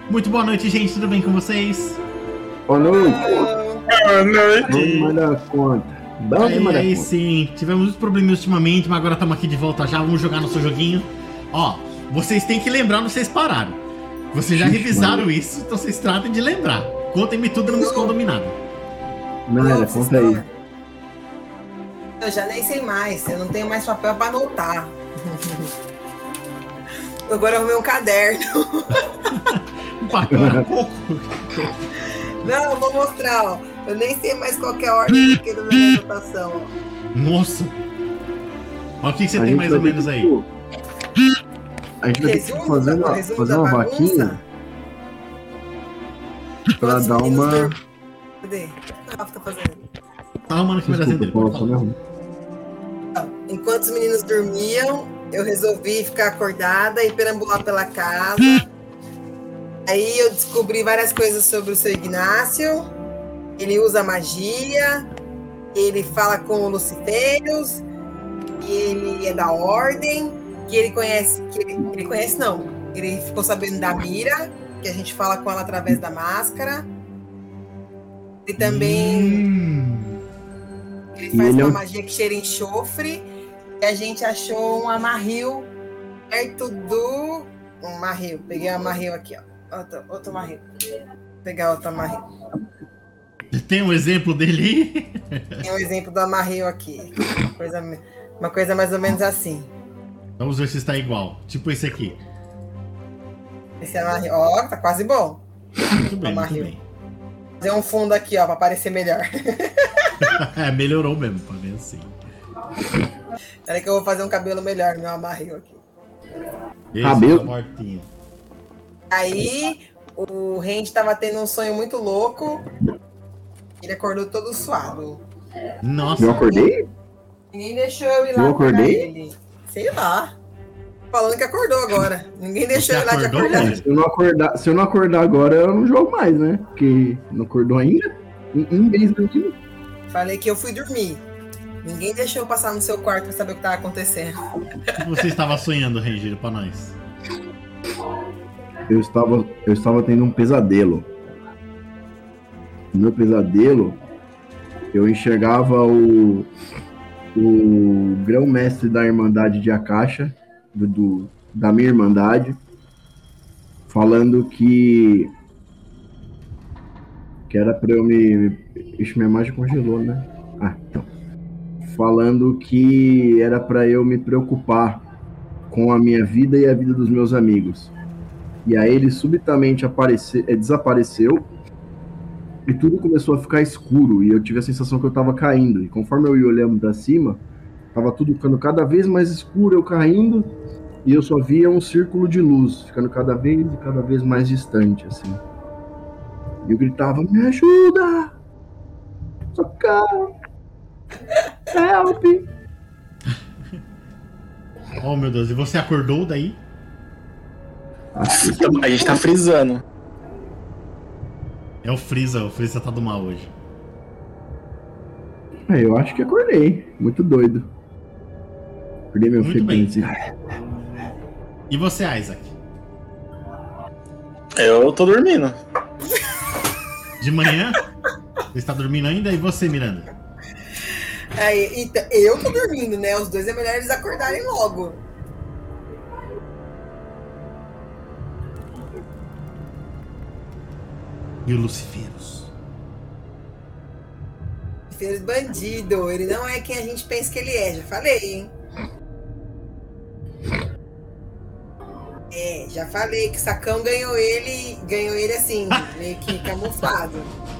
Muito boa noite, gente. Tudo bem com vocês? Boa noite. Boa noite. Vamos mandar conta. Aí sim. Tivemos muitos problemas ultimamente, mas agora estamos aqui de volta já. Vamos jogar nosso joguinho. Ó, vocês têm que lembrar onde vocês pararam. Vocês já revisaram isso, então vocês tratem de lembrar. Contem-me tudo no Muscão Dominado. Nara, conta aí. Eu já nem sei mais. Eu não tenho mais papel para anotar. Agora eu arrumei um caderno. Um papel era pouco. Não, eu vou mostrar, ó. Eu nem sei mais qual que é a ordem que da minha anotação, ó. Nossa. Ó, o que você tem mais ou menos aí? A gente vai ter que fazer uma vaquinha pra dar uma... Cadê? O que o Rafa tá fazendo? Tá arrumando aqui o pedacinho dele. Enquanto os meninos dormiam, eu resolvi ficar acordada e perambular pela casa. Aí eu descobri várias coisas sobre o seu Ignácio. Ele usa magia, ele fala com o Luciferius, ele é da Ordem, que ele conhece, ele conhece não, ele ficou sabendo da Mira, que a gente fala com ela através da máscara. Ele também ele faz uma magia que cheira enxofre, e a gente achou um amarril perto do... Um marril, peguei um amarril aqui, ó. Outro amarril. Vou pegar outro amarril. Tem um exemplo dele aí? Tem um exemplo do amarril aqui. Uma coisa mais ou menos assim. Vamos ver se está igual. Tipo esse aqui. Esse amarril. Ó, tá quase bom. Muito bem, muito bem. Fazer um fundo aqui, ó, pra parecer melhor. É, melhorou mesmo, pra ver assim. Peraí que eu vou fazer um cabelo melhor no meu amarril aqui. Cabelo? Aí, o Randy tava tendo um sonho muito louco. Ele acordou todo suado. Nossa. Eu acordei? Ninguém deixou eu ir lá. Eu acordei? Ele. Sei lá. Falando que acordou agora. Ninguém deixou eu ir lá de acordou, acordar. Se eu não acordar agora, eu não jogo mais, né? Porque não acordou ainda. Um mês aqui. Falei que eu fui dormir. Ninguém deixou eu passar no seu quarto pra saber o que tava acontecendo. O que você estava sonhando, Ranger, pra nós? Eu estava tendo um pesadelo. No meu pesadelo, eu enxergava o grão-mestre da Irmandade de Akasha, da minha Irmandade, falando que era pra eu me... Ixi, minha imagem congelou, né? Ah, então. Falando que era pra eu me preocupar com a minha vida e a vida dos meus amigos. E aí ele subitamente desapareceu e tudo começou a ficar escuro e eu tive a sensação que eu tava caindo. E conforme eu ia olhando pra cima, tava tudo ficando cada vez mais escuro, eu caindo, e eu só via um círculo de luz, ficando cada vez mais distante, assim. E eu gritava, me ajuda! Socorro! Help! Oh, meu Deus, e você acordou daí? A gente tá frisando. É o Freeza tá do mal hoje. Eu acho que acordei, muito doido. Acordei meu filho. E você, Isaac? Eu tô dormindo. De manhã? Você está dormindo ainda? E você, Miranda? Eu tô dormindo, né? Os dois é melhor eles acordarem logo. E o Luciferius? Luciferius bandido. Ele não é quem a gente pensa que ele é. Já falei, hein? Já falei que o Sacão ganhou ele assim, meio que camuflado.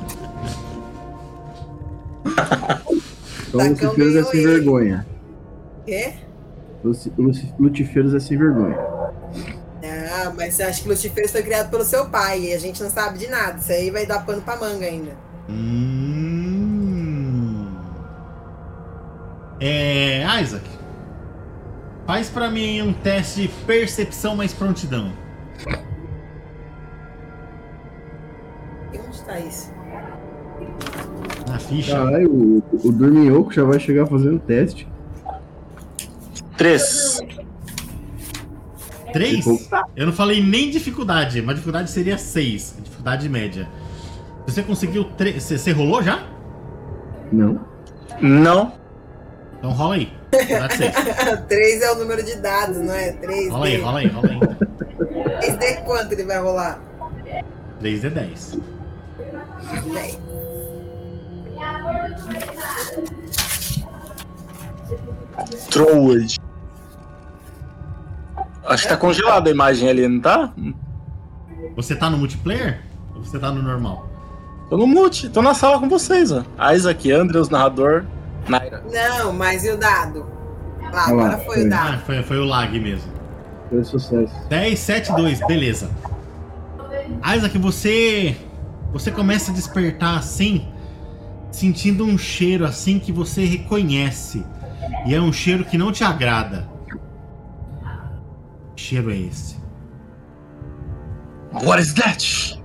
Então o Luciferius é sem vergonha. Quê? Luciferius é sem vergonha. Não, mas eu acho que o Luciferius foi criado pelo seu pai e a gente não sabe de nada. Isso aí vai dar pano pra manga ainda. Isaac, faz pra mim um teste de percepção mais prontidão. E onde tá isso? Na ficha. Caralho, o Dorminhoco já vai chegar fazendo teste. 3. 3? Eu não falei nem dificuldade, mas dificuldade seria 6. Dificuldade média. Você conseguiu 3. Você rolou já? Não. Não. Então rola aí. Dificuldade 6. 3 é o número de dados, não é? 3D. Rola aí, rola aí, rola aí. 3D quanto ele vai rolar? 3 é 10. 10. Trollwood. Acho que tá congelada a imagem ali, não tá? Você tá no multiplayer? Ou você tá no normal? Tô no mute, tô na sala com vocês, ó. Isaac, Andrews, narrador, Naira. Não, mas e o dado? Lá, Olha lá, agora foi o Ah, dado. foi o lag mesmo. Foi sucesso. 10, 7, 2, beleza. Isaac, você começa a despertar assim, sentindo um cheiro assim que você reconhece. E é um cheiro que não te agrada. Que cheiro é esse? What is that?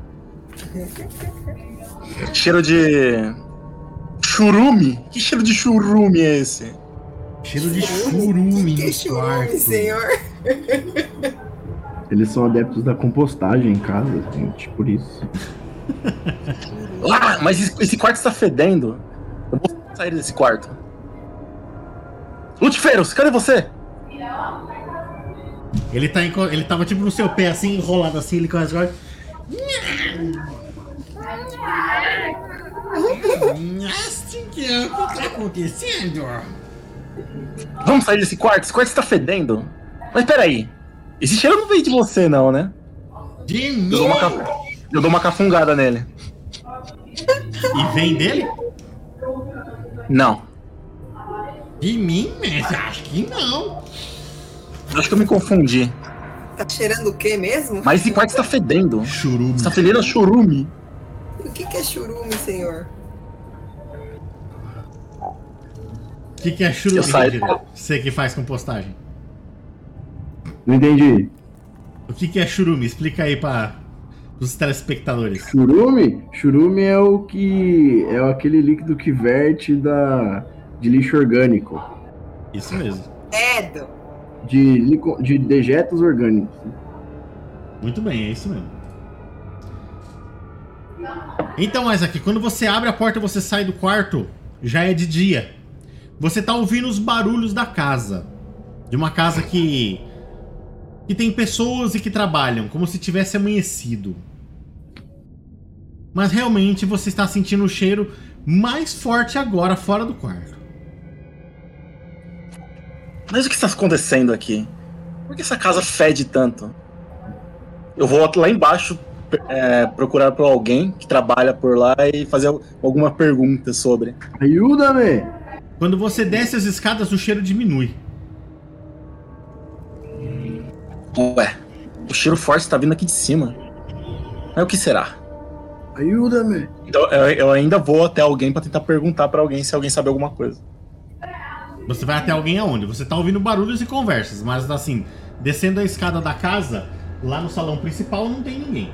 Cheiro de... churume? Que cheiro de churume é esse? Cheiro de churume Que no churume, quarto. senhor? Eles são adeptos da compostagem em casa, gente, por isso. Ah, mas esse quarto está fedendo. Eu vou sair desse quarto. Luciferos, cadê você? Ele tava tipo no seu pé assim, enrolado assim, ele começa agora. Nossa, o que tá acontecendo? Vamos sair desse quarto? Esse quarto está fedendo. Mas peraí. Esse cheiro não veio de você, não, né? De mim? Eu dou uma cafungada nele. E vem dele? Não. De mim? Mas acho que não. Acho que eu me confundi. Tá cheirando o quê mesmo? Mas esse quarto está fedendo. Churume. Está fedendo a churume. O que é churume, senhor? O que é churume? Eu saio. Você que faz compostagem. Não entendi. O que é churume? Explica aí para os telespectadores. Churume? Churume é o que. É aquele líquido que verte de lixo orgânico. Isso mesmo. Edo. De dejetos orgânicos. Muito bem, é isso mesmo. Então, Isaac, quando você abre a porta e você sai do quarto, já é de dia. Você tá ouvindo os barulhos da casa. De uma casa que tem pessoas e que trabalham, como se tivesse amanhecido. Mas realmente você está sentindo o cheiro mais forte agora, fora do quarto. Mas o que está acontecendo aqui? Por que essa casa fede tanto? Eu vou lá embaixo procurar por alguém que trabalha por lá e fazer alguma pergunta sobre. Ajuda-me! Quando você desce as escadas, o cheiro diminui. Ué, o cheiro forte está vindo aqui de cima. Mas o que será? Ajuda-me! Então eu ainda vou até alguém para tentar perguntar para alguém se alguém sabe alguma coisa. Você vai até alguém aonde? Você tá ouvindo barulhos e conversas, mas assim, descendo a escada da casa, lá no salão principal não tem ninguém.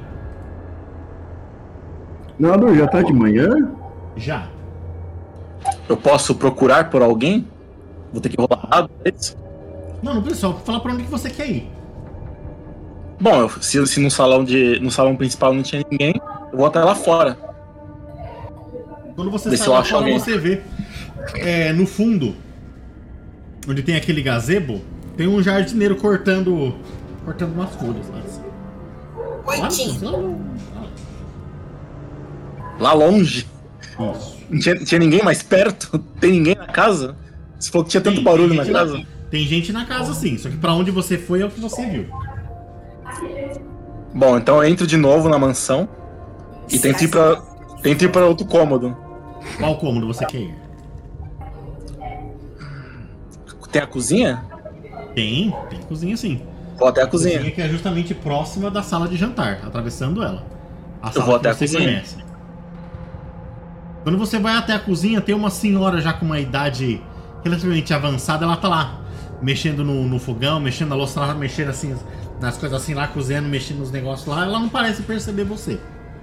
Não, já tá de manhã? Já. Eu posso procurar por alguém? Vou ter que rolar dado, é isso? Não precisa, só falar pra onde que você quer ir. Bom, se no salão principal não tinha ninguém, eu vou até lá fora. Quando você Vê sai se eu lá acho fora, alguém. você vê no fundo, onde tem aquele gazebo, tem um jardineiro cortando umas folhas lá. Assim. Oitinho. Lá longe? Isso. Não tinha ninguém mais perto? Tem ninguém na casa? Você falou que tinha tanto barulho na casa? Tem gente na casa sim, só que pra onde você foi é o que você viu. Bom, então eu entro de novo na mansão e tento ir pra outro cômodo. Qual cômodo você quer ir? Tem a cozinha? Tem cozinha sim. Vou até a cozinha. Cozinha que é justamente próxima da sala de jantar, atravessando ela. A Eu sala vou que até a você cozinha. conhece. Quando você vai até a cozinha, tem uma senhora já com uma idade relativamente avançada, ela tá lá, mexendo no fogão, mexendo na louça, ela mexendo assim, nas coisas assim lá, cozinhando, mexendo nos negócios lá, ela não parece perceber você.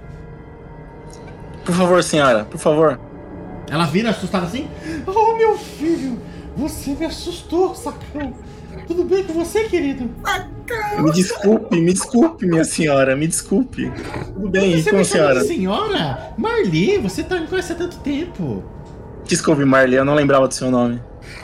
Por favor, senhora, por favor. Ela vira assustada assim, oh meu filho, você me assustou, sacão. Tudo bem com você, querido? Me desculpe, minha senhora, me desculpe. Tudo bem, e com a senhora? Senhora? Marli, você me conhece há tanto tempo. Desculpe, Marli, eu não lembrava do seu nome.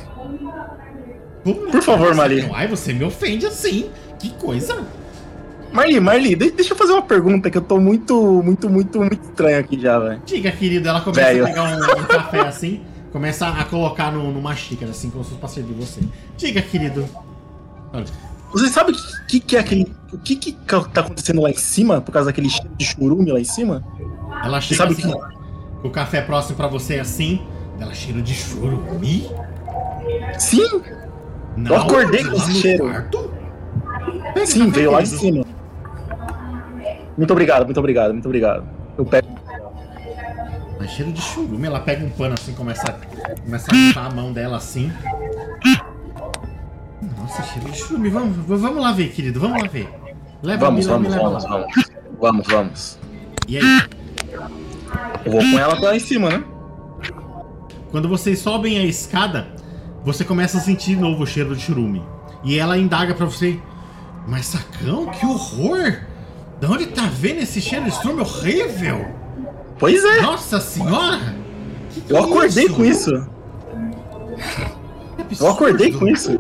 Por favor, Marli. Ai, você me ofende assim. Que coisa. Marli, deixa eu fazer uma pergunta que eu tô muito estranho aqui já, velho. Diga, querido, ela começa a pegar um café assim, começa a colocar numa xícara, assim, como se fosse pra servir você. Diga, querido. Olha. Você sabe o que é aquele. O que tá acontecendo lá em cima, por causa daquele cheiro de churume lá em cima? Ela chega sabe assim, com o café próximo pra você assim, ela cheiro de churume? Sim! Não, eu acordei com esse cheiro. Quarto? Sim, veio lá de cima. Muito obrigado. Eu pego. Mas cheiro de churume, ela pega um pano assim, começa a limpar a mão dela assim. Nossa, cheiro de churume. Vamos lá ver, querido, vamos lá ver. Vamos. E aí? Eu vou com ela pra lá em cima, né? Quando vocês sobem a escada, você começa a sentir de novo o cheiro de churume. E ela indaga pra você: mas Sacão, que horror! De onde tá vendo esse cheiro de churume horrível? Pois é! Nossa senhora! Que eu acordei com isso! Eu acordei com isso!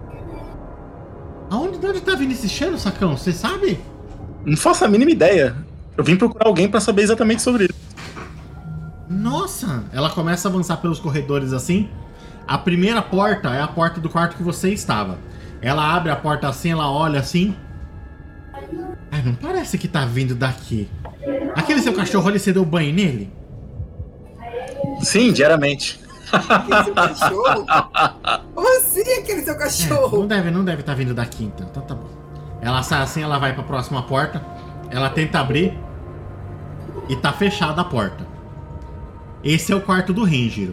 De onde tá vindo esse cheiro, Sacão? Você sabe? Não faço a mínima ideia. Eu vim procurar alguém pra saber exatamente sobre isso. Nossa! Ela começa a avançar pelos corredores assim. A primeira porta é a porta do quarto que você estava. Ela abre a porta assim, ela olha assim. Ai, não parece que tá vindo daqui. Aquele seu cachorro ali, você deu banho nele? Sim, diariamente. Aquele seu cachorro? Como assim aquele seu cachorro? Não deve tá vindo daqui então. Então tá bom. Ela sai assim, ela vai pra próxima porta. Ela tenta abrir. E tá fechada a porta. Esse é o quarto do Ranger.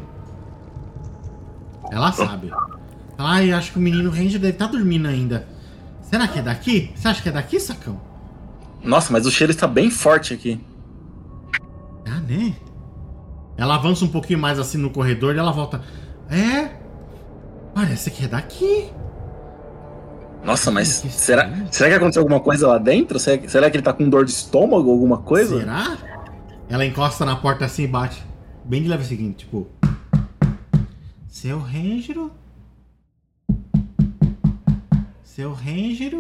Ela sabe. Ai, acho que o menino Ranger deve estar dormindo ainda. Será que é daqui? Você acha que é daqui, Sacão? Nossa, mas o cheiro está bem forte aqui. Ah, né? Ela avança um pouquinho mais assim no corredor e ela volta. É? Parece que é daqui. Nossa, mas será que aconteceu alguma coisa lá dentro? Será que ele tá com dor de estômago, alguma coisa? Será? Ela encosta na porta assim e bate. Bem de leve o seguinte, tipo... Seu Ranger? Seu Ranger?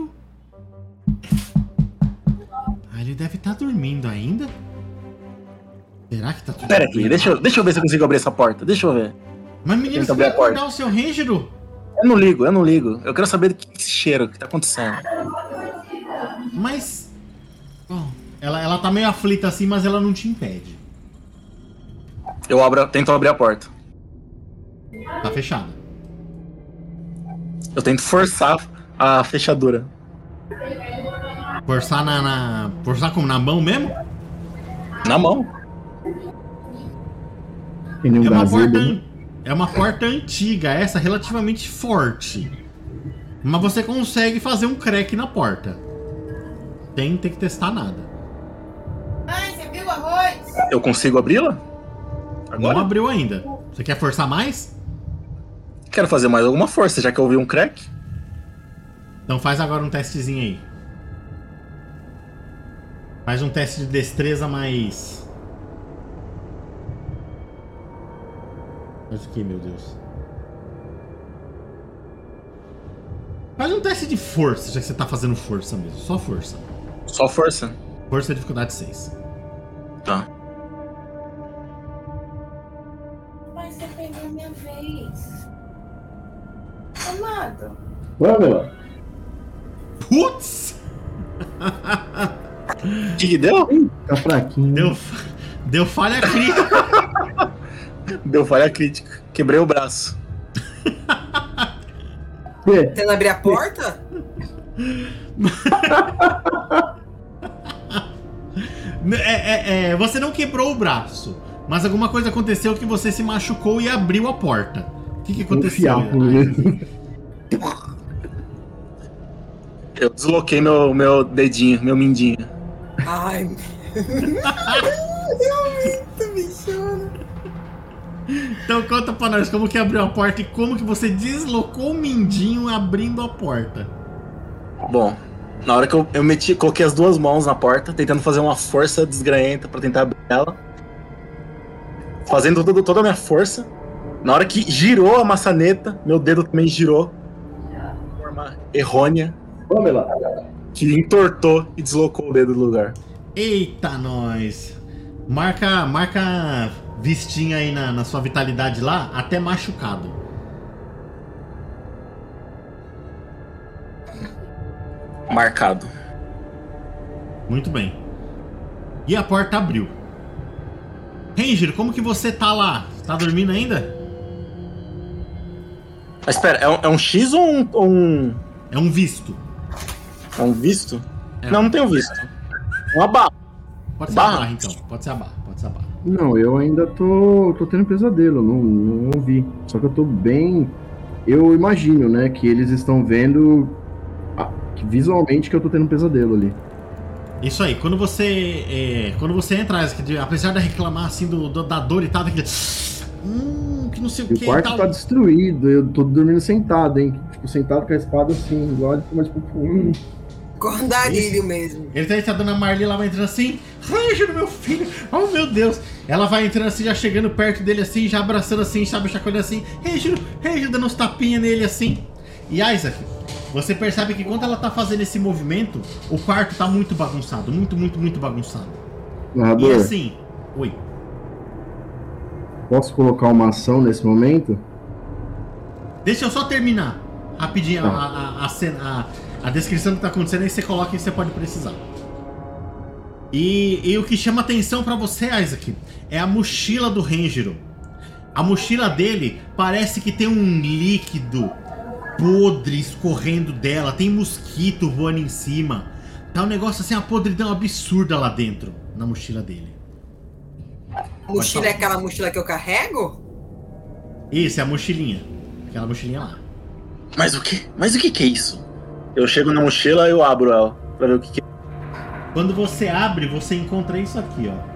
Ah, ele deve estar dormindo ainda. Será que tá tudo Pera aqui, deixa eu ver se eu consigo abrir essa porta. Deixa eu ver. Mas menino, você vai acordar o seu Ranger? Eu não ligo. Eu quero saber do que é esse cheiro que tá acontecendo. Mas... Bom, ela tá meio aflita assim, mas ela não te impede. Eu tento abrir a porta. Tá fechada. Eu tento forçar a fechadura. Forçar forçar como? Na mão mesmo? Na mão. É uma porta antiga, essa relativamente forte. Mas você consegue fazer um crack na porta. Tem que testar nada. Mãe, você viu o arroz? Eu consigo abri-la? Agora? Não abriu ainda. Você quer forçar mais? Quero fazer mais alguma força, já que eu vi um crack. Então faz agora um testezinho aí. Faz um teste de destreza mais... Faz o que, meu Deus? Faz um teste de força, já que você tá fazendo força mesmo. Só força. Só força? Força dificuldade 6. Tá. Mas você pegou a minha vez. Amado. Vamos lá. Putz! O que deu? Tá fraquinho. Deu falha crítica. Deu falha crítica. Quebrei o braço. Você não abriu a porta? Você não quebrou o braço, mas alguma coisa aconteceu que você se machucou e abriu a porta. O que aconteceu? Eu desloquei meu dedinho, meu mindinho. Ai, realmente, bichona. Então conta pra nós como que abriu a porta e como que você deslocou o mindinho abrindo a porta. Bom, na hora que eu coloquei as duas mãos na porta, tentando fazer uma força desgranhenta pra tentar abrir ela. Fazendo toda a minha força. Na hora que girou a maçaneta, meu dedo também girou. De forma errônea. Vamos lá. Que entortou e deslocou o dedo do lugar. Eita, nós. Marca vistinha aí na sua vitalidade lá, até machucado. Marcado. Muito bem. E a porta abriu. Ranger, como que você tá lá? Tá dormindo ainda? Mas espera, é um X ou um... É um visto. É um visto? É. Não tem um visto. Uma barra. Pode ser Barra? a barra, então. Pode ser a barra. Não, eu ainda tô tendo pesadelo, não ouvi. Só que eu tô bem... Eu imagino, né, que eles estão vendo visualmente que eu tô tendo um pesadelo ali. Isso aí, quando você entra, apesar de reclamar assim da dor e tal, daquele... que não sei o que. O quarto tal. tá destruído, eu tô dormindo sentado, hein? Tipo, sentado com a espada assim, igual, mas tipo... Cordarilho mesmo. Ele tá dando a Marli, ela vai entrando assim, Ranger, meu filho, oh meu Deus. Ela vai entrando assim, já chegando perto dele assim, já abraçando assim, sabe, chacoalhando assim, Ranger, dando uns tapinhas nele assim. E Isaac, você percebe que quando ela tá fazendo esse movimento, o quarto tá muito bagunçado, muito bagunçado. Narrador, E assim, oi. posso colocar uma ação nesse momento? Deixa eu só terminar rapidinho a descrição do que tá acontecendo, aí você coloca e você pode precisar. E o que chama atenção pra você, Isaac, é a mochila do Ranger. A mochila dele parece que tem um líquido podre escorrendo dela, tem mosquito voando em cima. Tá um negócio assim, uma podridão absurda lá dentro, na mochila dele. Mochila é aquela mochila que eu carrego? Isso, é a mochilinha. Aquela mochilinha lá. Mas o que é isso? Eu chego na mochila e eu abro ela pra ver o que é. Quando você abre, você encontra isso aqui, ó.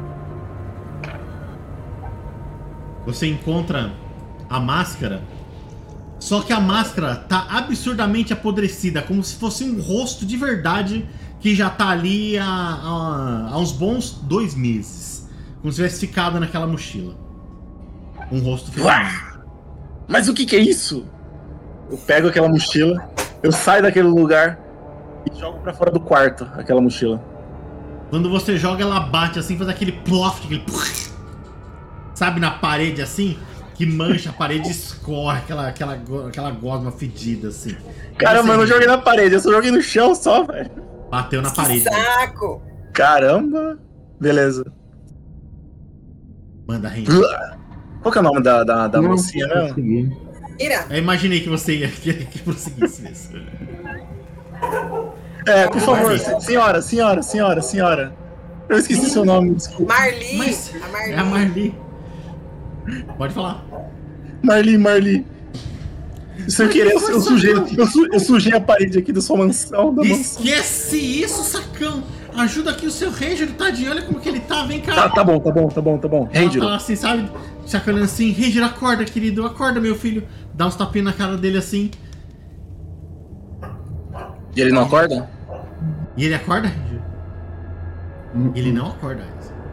Você encontra a máscara, só que a máscara tá absurdamente apodrecida, como se fosse um rosto de verdade que já tá ali há uns bons 2 meses. Como se tivesse ficado naquela mochila. Um rosto feminino. Mas o que é isso? Eu pego aquela mochila, eu saio daquele lugar e jogo pra fora do quarto aquela mochila. Quando você joga, ela bate assim, faz aquele ploft, aquele... Sabe, na parede assim, que mancha a parede e escorre aquela gosma fedida assim. Caramba, eu não joguei na parede, eu só joguei no chão só, velho. Bateu na parede. Saco! Caramba! Beleza. Manda, Ranger. Qual que é o nome da mocinha, né? Consegui. Ira! Eu imaginei que você ia que prosseguisse isso. Por favor, senhora. Eu esqueci seu nome, desculpa. Marli! Mas A Marli. é a Marli. Pode falar. Marli. Sem querer, eu sujei a parede aqui da sua mansão. Esquece isso, sacão. Ajuda aqui o seu Ranger, tadinho. Olha como que ele tá, vem cá. Tá bom. Ranger. Ela tá assim, sabe? Sacanando assim. Ranger, acorda, querido. Acorda, meu filho. Dá uns tapinhos na cara dele assim. E ele não acorda? E ele acorda, Ranger? Ele não acorda.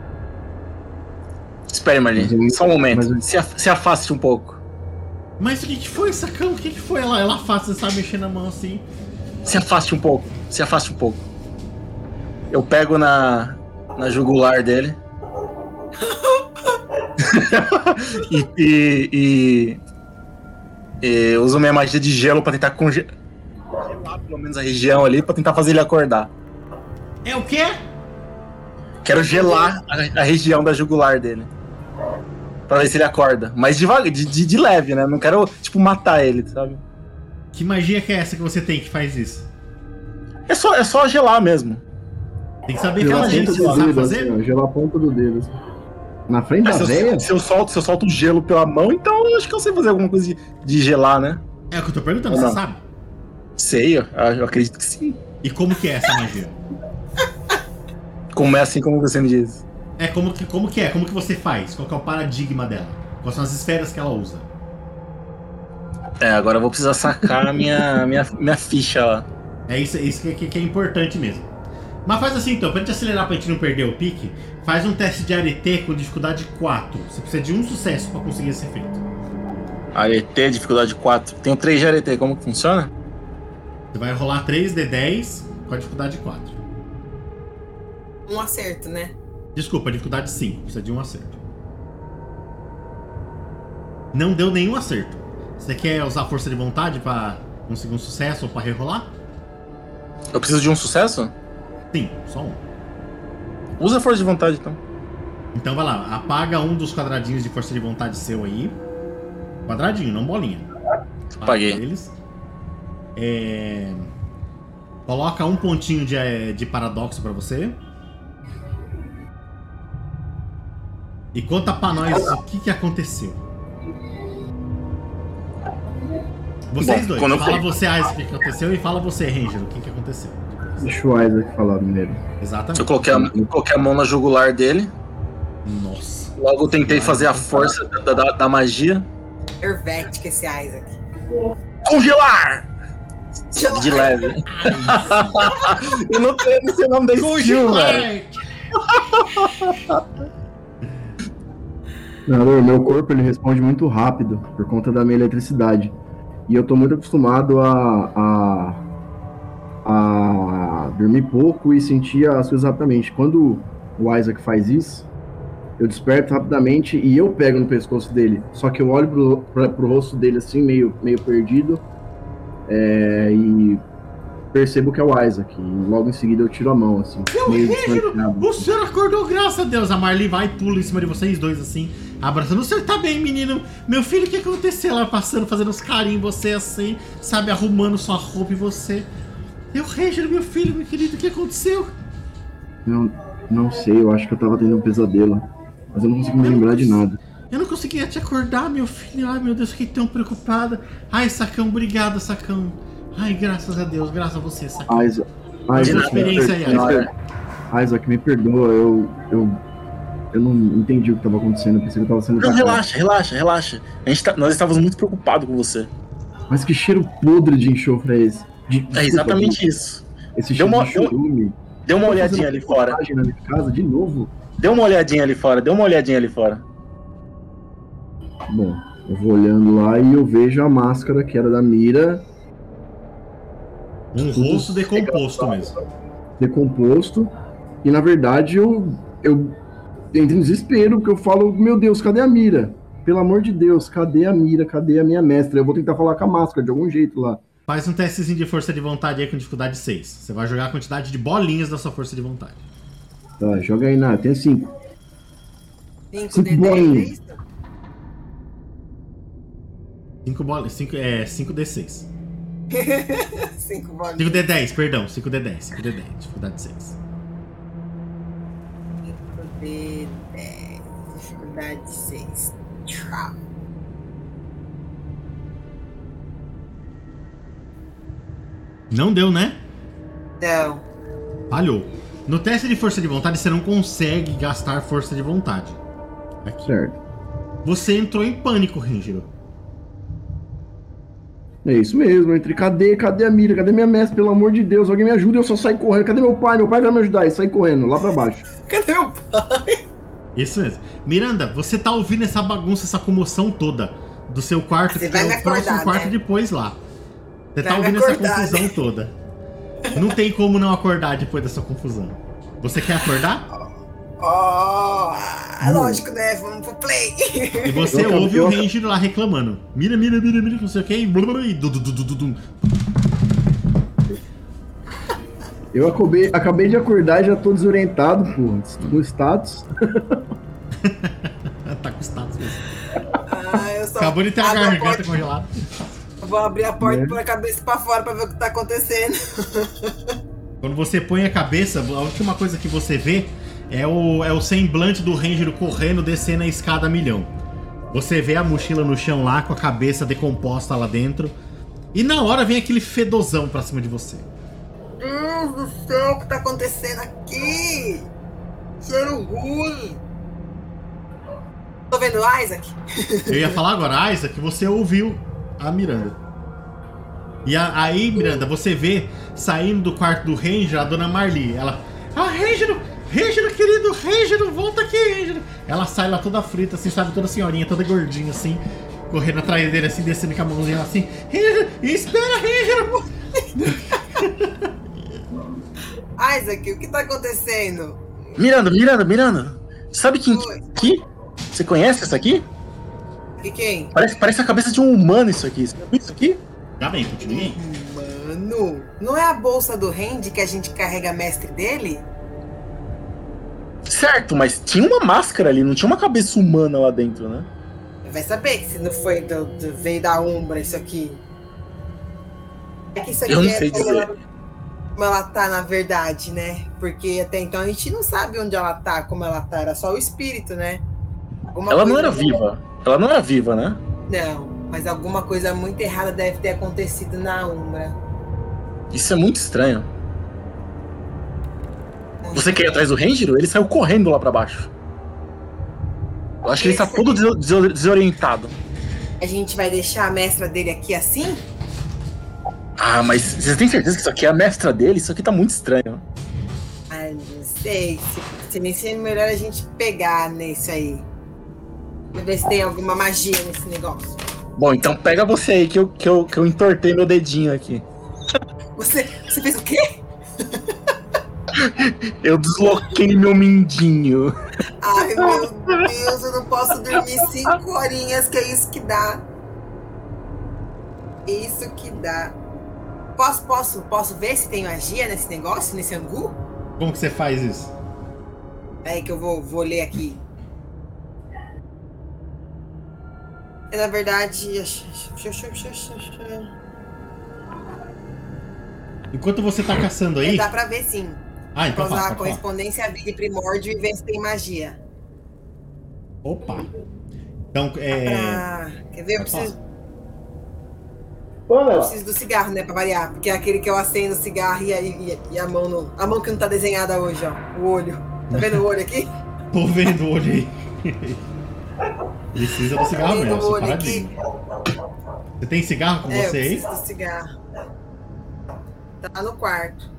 Espere, Marli. Só um momento. Se afaste um pouco. Mas o que foi, sacão? O que foi? Ela afasta, sabe, mexendo a mão assim. Se afaste um pouco. Eu pego na jugular dele. e uso minha magia de gelo pra tentar congelar pelo menos a região ali, pra tentar fazer ele acordar. É o quê? Quero gelar a região da jugular dele. Pra ver se ele acorda. Mas devagar, de leve, né? Não quero, tipo, matar ele, sabe? Que magia que é essa que você tem que faz isso? É só gelar mesmo. Tem que saber aquela gente que você sabe fazer? Assim, gelar a ponta do dedo. Assim. Na frente da veia? Se eu solto o gelo pela mão, então eu acho que eu sei fazer alguma coisa de gelar, né? É o que eu tô perguntando, você sabe? Sei, eu acredito que sim. E como que é essa magia? Como é assim como você me diz? Como que é? Como que você faz? Qual que é o paradigma dela? Quais são as esferas que ela usa? Agora eu vou precisar sacar a minha ficha lá. É isso que é importante mesmo. Mas faz assim então, pra gente acelerar, pra gente não perder o pique, faz um teste de arete com dificuldade 4. Você precisa de um sucesso pra conseguir esse efeito. Arete, dificuldade 4. Tenho 3 de arete, como que funciona? Você vai rolar 3d10 com a dificuldade 4. Um acerto, né? Desculpa, dificuldade 5. Precisa de um acerto. Não deu nenhum acerto. Você quer usar força de vontade pra conseguir um sucesso ou pra rerolar? Eu preciso de um sucesso? Sim, só um. Usa a força de vontade, então. Então vai lá, apaga um dos quadradinhos de força de vontade seu aí. Quadradinho, não bolinha. Apaguei. Eles. Coloca um pontinho de paradoxo pra você. E conta pra nós o que aconteceu. Vocês dois, fala você, Isaac, o que aconteceu, e fala você, Ranger, o que aconteceu. Deixa o Isaac falar primeiro. Exatamente. Eu coloquei a mão na jugular dele. Nossa. Logo eu tentei fazer a força da magia. Hervética esse Isaac. Congelar! De leve. Eu não sei o nome da skill, velho. Meu corpo ele responde muito rápido por conta da minha eletricidade. E eu tô muito acostumado a dormir pouco e sentir as coisas rapidamente. Quando o Isaac faz isso, eu desperto rapidamente e eu pego no pescoço dele. Só que eu olho pro rosto dele assim, meio perdido, e percebo que é o Isaac. E logo em seguida eu tiro a mão, assim. O senhor acordou, graças a Deus. A Marli vai e pula em cima de vocês dois, assim, abraçando. O senhor tá bem, menino? Meu filho, o que aconteceu lá passando, fazendo uns carinhos em você, assim, sabe, arrumando sua roupa e você... Eu, Ranger, meu filho, meu querido, o que aconteceu? Não sei, eu acho que eu tava tendo um pesadelo. Mas eu não consigo me lembrar de nada. Eu não conseguia te acordar, meu filho. Ai, meu Deus, fiquei tão preocupada. Ai, Sacão, obrigado, Sacão. Ai, graças a Deus, graças a você, Sacão. Isaac, experiência aí, Isaac, me perdoa, eu não entendi o que tava acontecendo, eu pensei que eu tava sendo... Não, relaxa. Nós estávamos muito preocupados com você. Mas que cheiro podre de enxofre é esse? É exatamente isso. Esse cheiro de chorume. Dê uma olhadinha ali fora. Na minha casa de novo? Dê uma olhadinha ali fora. Bom, eu vou olhando lá e eu vejo a máscara que era da Mira. Um rosto decomposto mesmo. Decomposto. E na verdade eu entro em desespero, porque eu falo, meu Deus, cadê a Mira? Pelo amor de Deus, cadê a Mira? Cadê a minha mestra? Eu vou tentar falar com a máscara de algum jeito lá. Faz um testezinho de força de vontade aí com dificuldade 6. Você vai jogar a quantidade de bolinhas da sua força de vontade. Tá, joga aí na... Tem 5. 5 bolinhas. 5 bolinhas. 5d6. 5 bolinhas. 5d10, perdão. 5d10. Dificuldade 6. 5d10. Dificuldade 6. Tchau. Não deu, né? Não. Falhou. No teste de força de vontade, você não consegue gastar força de vontade. Aqui. Certo. Você entrou em pânico, Ranger. É isso mesmo, entre cadê a Mira? Cadê minha mestra? Pelo amor de Deus, alguém me ajuda, eu só saio correndo. Cadê meu pai? Meu pai vai me ajudar e sair correndo, lá pra baixo. Cadê meu pai? Isso mesmo. Miranda, você tá ouvindo essa bagunça, essa comoção toda do seu quarto, você que é o próximo quarto, né? Depois lá. Você tá ouvindo essa confusão toda. Não tem como não acordar depois dessa confusão. Você quer acordar? Lógico, né? Vamos pro play. E você ouve o Ranger lá reclamando. Mira, não sei o que. Eu acabei de acordar e já tô desorientado, porra. No status. Tá com status mesmo. Acabou de ter a garganta congelada. Vou abrir a porta e pôr a cabeça pra fora pra ver o que tá acontecendo. Quando você põe a cabeça, a última coisa que você vê é o semblante do Ranger correndo, descendo a escada a milhão. Você vê a mochila no chão lá, com a cabeça decomposta lá dentro. E na hora vem aquele fedozão pra cima de você. Deus do céu, o que tá acontecendo aqui? Cheiro ruim. Tô vendo o Isaac? Eu ia falar agora, Isaac, você ouviu a Miranda. E aí, Miranda, você vê saindo do quarto do Ranger a dona Marli. Ela, Ranger, querido, Ranger, volta aqui, Ranger. Ela sai lá toda frita, assim, sabe, toda senhorinha, toda gordinha, assim, correndo atrás dele, assim, descendo com a mãozinha, assim, Ranger, espera, Ranger. Isaac, o que tá acontecendo? Miranda. Sabe quem aqui? Você conhece essa aqui? E quem? Parece a cabeça de um humano isso aqui. Você viu isso aqui? Tá bem, continue. Mano, não é a bolsa do Randy que a gente carrega mestre dele? Certo, mas tinha uma máscara ali, não tinha uma cabeça humana lá dentro, né? Vai saber que se não foi veio da Umbra isso aqui. É que isso aqui Eu não é sei dizer. como ela tá na verdade, né? Porque até então a gente não sabe onde ela tá, como ela tá, era só o espírito, né? Ela não era viva. Ela não era viva, né? Não, mas alguma coisa muito errada deve ter acontecido na Umbra. Isso é muito estranho. Você quer ir atrás do Ranger? Ele saiu correndo lá pra baixo. Eu acho que ele tá todo desorientado. A gente vai deixar a mestra dele aqui assim? Ah, mas você tem certeza que isso aqui é a mestra dele? Isso aqui tá muito estranho. Ah, não sei. Se nem ser melhor a gente pegar nisso aí. Pra ver se tem alguma magia nesse negócio. Bom, então pega você aí que eu entortei meu dedinho aqui. Você fez o quê? Eu desloquei meu mindinho. Ai, meu Deus, eu não posso dormir 5 horinhas, que é isso que dá. Isso que dá. Posso ver se tem magia nesse negócio, nesse angu? Como que você faz isso? É que eu vou ler aqui. Na verdade... Enquanto você tá caçando aí... Dá pra ver sim. Então Pra usar fala, a correspondência, a vida e primórdio e ver se tem magia. Opa! Então, Quer ver? Eu preciso do cigarro, né? Pra variar. Porque é aquele que eu acendo o cigarro e a mão a mão que não tá desenhada hoje, ó. O olho. Tá vendo o olho aqui? Tô vendo o olho aí. Precisa do cigarro mesmo, o olho aqui. Você tem cigarro com você aí? Eu preciso do cigarro. Tá no quarto.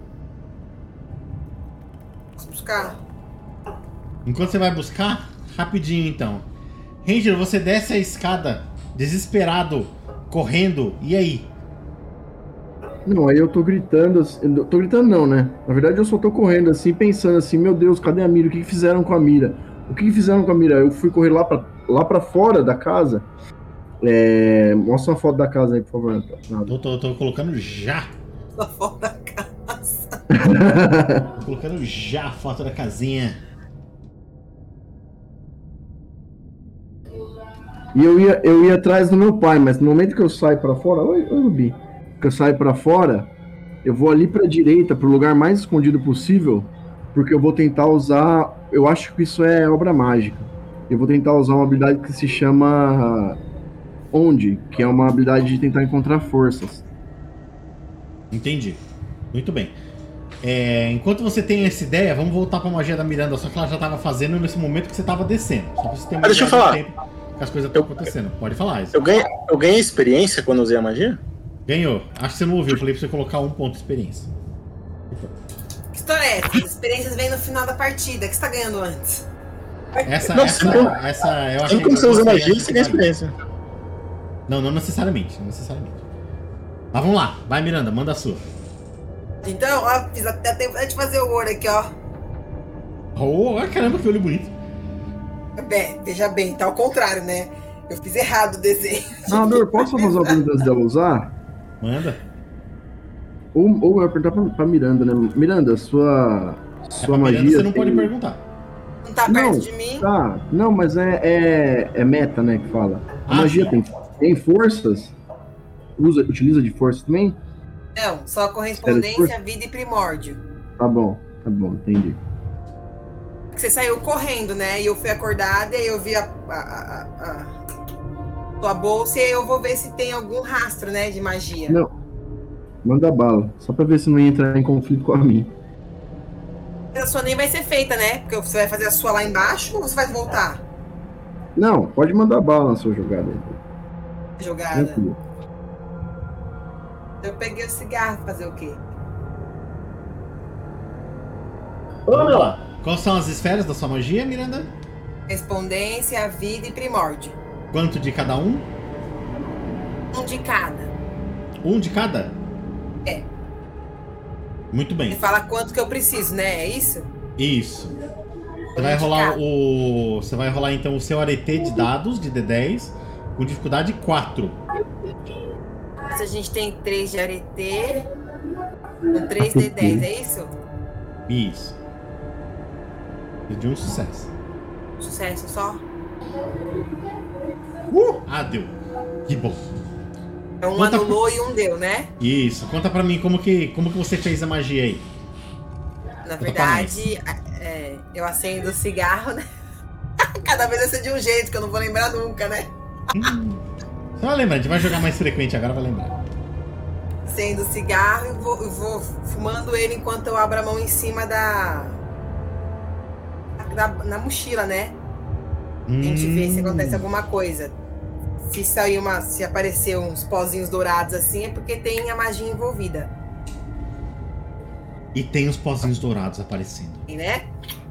Posso buscar? Enquanto você vai buscar, rapidinho então. Ranger, você desce a escada, desesperado, correndo, e aí? Não, aí eu tô gritando, tô gritando não, né? Na verdade eu só tô correndo assim, pensando assim, meu Deus, cadê a Mira? O que fizeram com a Mira? O que fizeram com a Mira? Eu fui correr lá pra fora da casa. Mostra uma foto da casa aí, por favor. Tô colocando já. A foto da casa. Tô colocando já a foto da casinha. E eu ia atrás do meu pai, mas no momento que eu saio pra fora... Oi, Rubi. Que eu saio pra fora, eu vou ali pra direita, pro lugar mais escondido possível, porque eu vou tentar usar... Eu acho que isso é obra mágica. Eu vou tentar usar uma habilidade que se chama... Onde? Que é uma habilidade de tentar encontrar forças. Entendi. Muito bem. Enquanto você tem essa ideia, vamos voltar pra magia da Miranda, só que ela já tava fazendo nesse momento que você tava descendo. Só pra você ter uma Deixa eu ideia do falar. tempo que as coisas estão acontecendo. Pode falar, isso. Eu ganhei experiência quando usei a magia? Ganhou. Acho que você não ouviu. Eu falei pra você colocar 1 ponto de experiência. Que história é essa? As experiências vêm no final da partida. O que você tá ganhando antes? Essa Não, eu achei Como você usa magia, você ganha vale. experiência. Não necessariamente. Mas vamos lá. Vai, Miranda, manda a sua. Então, ó, fiz até tempo de fazer o olho aqui, ó. Caramba, que olho bonito. Veja bem, tá ao contrário, né? Eu fiz errado o desenho. Narrador, posso fazer uma pergunta antes dela usar? Manda. Ou eu ia perguntar pra Miranda, né? Miranda, sua magia... Miranda, você não pode perguntar. Não tá perto de mim? Tá, não, mas é meta, né, que fala. A magia tem forças? Utiliza de força também? Não, só correspondência, vida e primórdio. Tá bom, entendi. Você saiu correndo, né? E eu fui acordada e eu vi a tua bolsa e eu vou ver se tem algum rastro, né, de magia. Não, manda bala, só pra ver se não ia entrar em conflito com a minha. A sua nem vai ser feita, né? Porque você vai fazer a sua lá embaixo ou você vai voltar? Não, pode mandar bala na sua jogada. Jogada. Tranquilo. Eu peguei o cigarro, fazer o quê? Vamos lá. Quais são as esferas da sua magia, Miranda? Respondência, vida e primórdio. Quanto de cada um? Um de cada. Um de cada? É. Muito bem. Ele fala quanto que eu preciso, né? É isso? Isso. Você vai rolar então o seu arete de dados de D10 com dificuldade 4. Se a gente tem 3 de arete, com 3 D10, é isso? Isso. De um sucesso. Sucesso só? Deu. Que bom. É um Conta anulou e um deu, né? Isso. Conta pra mim como que você fez a magia aí. Na verdade, eu acendo o cigarro, né? Cada vez vai ser de um jeito que eu não vou lembrar nunca, né? Você vai lembrar, a gente vai jogar mais frequente agora, vai lembrar. Acendo o cigarro e vou fumando ele enquanto eu abro a mão em cima na mochila, né? A gente vê se acontece alguma coisa. Se aparecer uns pozinhos dourados assim, é porque tem a magia envolvida. E tem os pozinhos dourados aparecendo. E, né?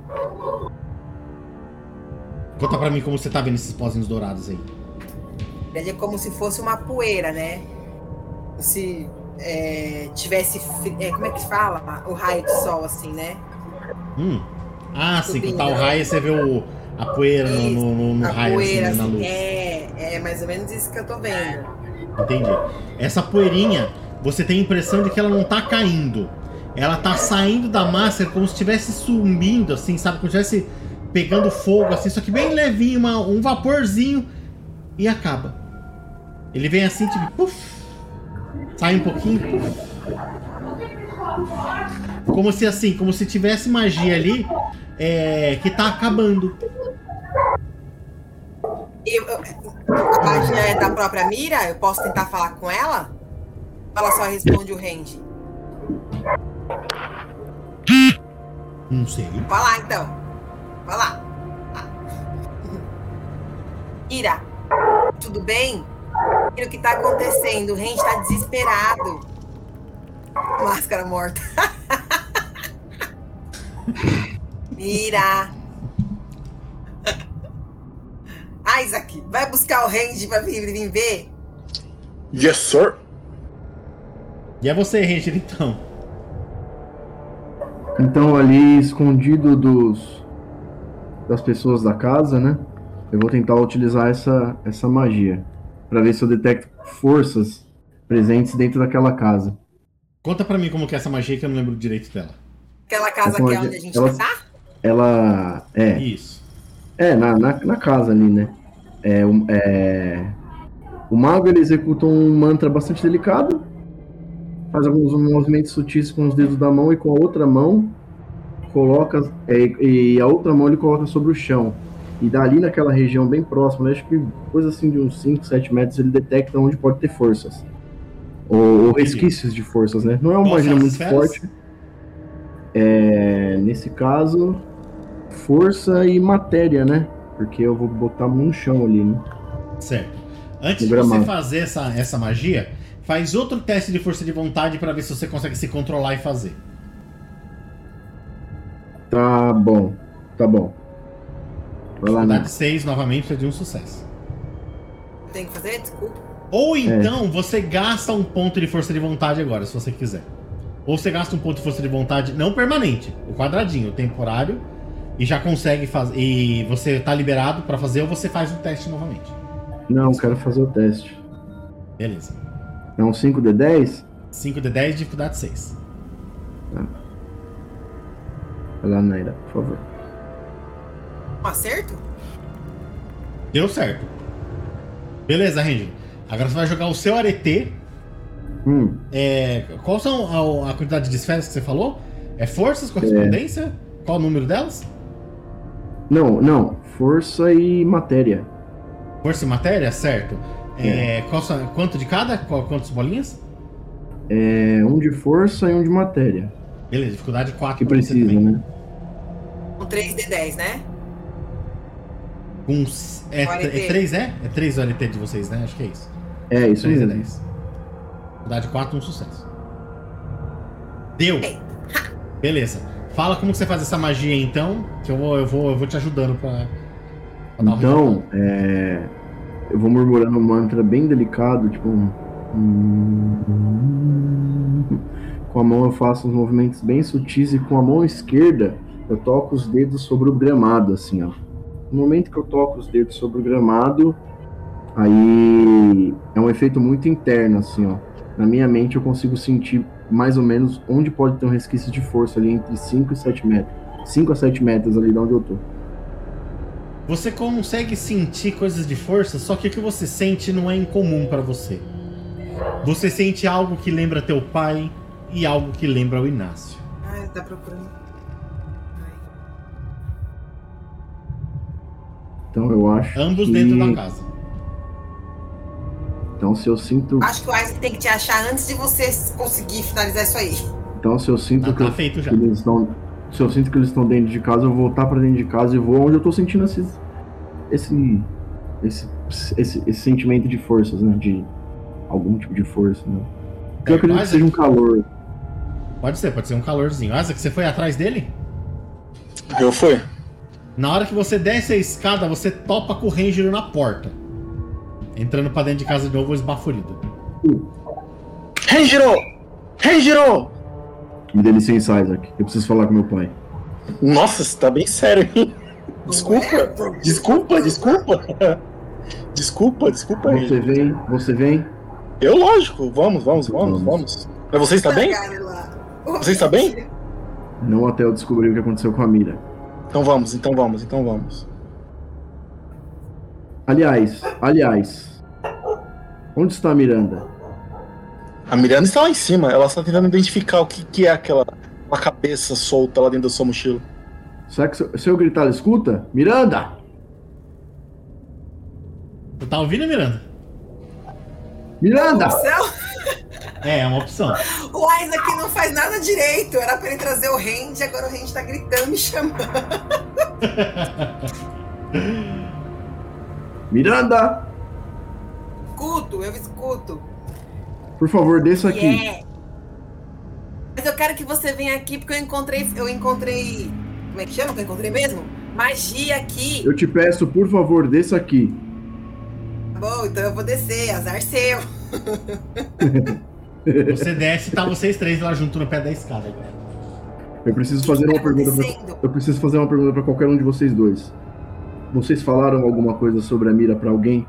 Conta pra mim como você tá vendo esses pozinhos dourados aí. É como se fosse uma poeira, né? Se tivesse... como é que fala? O raio do sol, assim, né? Sim, que tá o raio e você vê a poeira no raio, poeira, assim, né, na luz. É mais ou menos isso que eu tô vendo. Entendi. Essa poeirinha, você tem a impressão de que ela não tá caindo. Ela tá saindo da máscara como se estivesse sumindo, assim, sabe? Como se estivesse pegando fogo, assim, só que bem levinho, um vaporzinho e acaba. Ele vem assim, tipo, puff, sai um pouquinho, puff. Como se tivesse magia ali que tá acabando. A magia é da própria Mira? Eu posso tentar falar com ela? Ela só responde o range. Não sei. Vai lá, então. Vai lá. Mira, tudo bem? O que tá acontecendo? O Range tá desesperado. Máscara morta. Mira. Isaac, vai buscar o Range pra vir ver? Yes, sir. E é você, Ranger, então? Então, ali, escondido das pessoas da casa, né? Eu vou tentar utilizar essa magia para ver se eu detecto forças presentes dentro daquela casa. Conta pra mim como que é essa magia, que eu não lembro direito dela. Aquela casa que é onde a gente tá? Ela é... Isso. Na casa ali, né? O mago, ele executa um mantra bastante delicado, faz alguns movimentos sutis com os dedos da mão e com a outra mão coloca, e a outra mão ele coloca sobre o chão. E dali naquela região bem próxima, né, acho que coisa assim de uns 5, 7 metros, ele detecta onde pode ter forças. Ou resquícios de forças, né? Não é uma magia muito forte. Nesse caso, força e matéria, né? Porque eu vou botar a mão no chão ali, né? Certo. Antes de você fazer essa magia, faz outro teste de força de vontade para ver se você consegue se controlar e fazer. Tá bom. Vai lá, dificuldade 6 novamente, precisa de um sucesso. Tem que fazer? Desculpa. Ou então você gasta um ponto de força de vontade agora, se você quiser. Ou você gasta um ponto de força de vontade não permanente, o quadradinho, o temporário, e já consegue fazer. E você tá liberado pra fazer, ou você faz o teste novamente. Não, quero fazer o teste. Beleza. É um 5d10? 5d10, dificuldade 6. Tá. Vai lá, Naira, por favor. Um acerto? Deu certo. Beleza, Ranger. Agora você vai jogar o seu arete. Qual são a quantidade de esferas que você falou? É forças, correspondência? Qual o número delas? Não. Força e matéria. Força e matéria? Certo. Quanto de cada? Quantas bolinhas? Um de força e um de matéria. Beleza, dificuldade 4. Que precisa, né? Com 3d10, né? Com... É 3, é? É 3 o LT de vocês, né? Acho que é isso. É, isso 3 mesmo. é 10. Dificuldade 4, um sucesso. Deu! Beleza. Fala como que você faz essa magia então, que eu vou te ajudando pra dar Então, eu vou murmurando um mantra bem delicado, tipo com a mão eu faço uns movimentos bem sutis e com a mão esquerda eu toco os dedos sobre o gramado, assim, ó. No momento que eu toco os dedos sobre o gramado, aí é um efeito muito interno, assim, ó. Na minha mente eu consigo sentir mais ou menos onde pode ter um resquício de força ali entre 5 e 7 metros. 5 a 7 metros ali de onde eu tô. Você consegue sentir coisas de força, só que o que você sente não é incomum pra você. Você sente algo que lembra teu pai e algo que lembra o Inácio. Ai, tá procurando. Então eu acho Ambos que... dentro da casa. Então se eu sinto... Acho que o Isaac tem que te achar antes de você conseguir finalizar isso aí. Então se eu sinto Tá feito já. que eles estão... Se eu sinto que eles estão dentro de casa, eu vou voltar pra dentro de casa e vou onde eu tô sentindo esse sentimento de forças, né? De algum tipo de força, né? Eu acredito que seja um calor. Pode ser um calorzinho. Isaac, você foi atrás dele? Eu fui. Na hora que você desce a escada, você topa com o Ranger na porta. Entrando pra dentro de casa de novo, esbaforido. Renjiro! Me dê licença, Isaac. Eu preciso falar com meu pai. Nossa, você tá bem sério, hein? Desculpa. Você vem? Eu, lógico. Vamos. Mas você está bem? Você está bem? Não até eu descobrir o que aconteceu com a Mira. Então vamos. Aliás. Onde está a Miranda? A Miranda está lá em cima. Ela está tentando identificar o que é aquela cabeça solta lá dentro da sua mochila. Será que se eu gritar, ela escuta? Miranda! Você tá ouvindo, Miranda? Miranda! É uma opção. O Isaac não faz nada direito. Era pra ele trazer o Randy, agora o Randy tá gritando, me chamando. Miranda! Eu escuto. Por favor, desça aqui. Yeah. Mas eu quero que você venha aqui porque eu encontrei. Como é que chama que eu encontrei mesmo? Magia aqui. Eu te peço, por favor, desça aqui. Tá bom, então eu vou descer, azar seu. Você desce e tá vocês três lá junto no pé da escada agora. Eu preciso fazer uma pergunta. Eu preciso fazer uma pergunta pra qualquer um de vocês dois. Vocês falaram alguma coisa sobre a Mira pra alguém?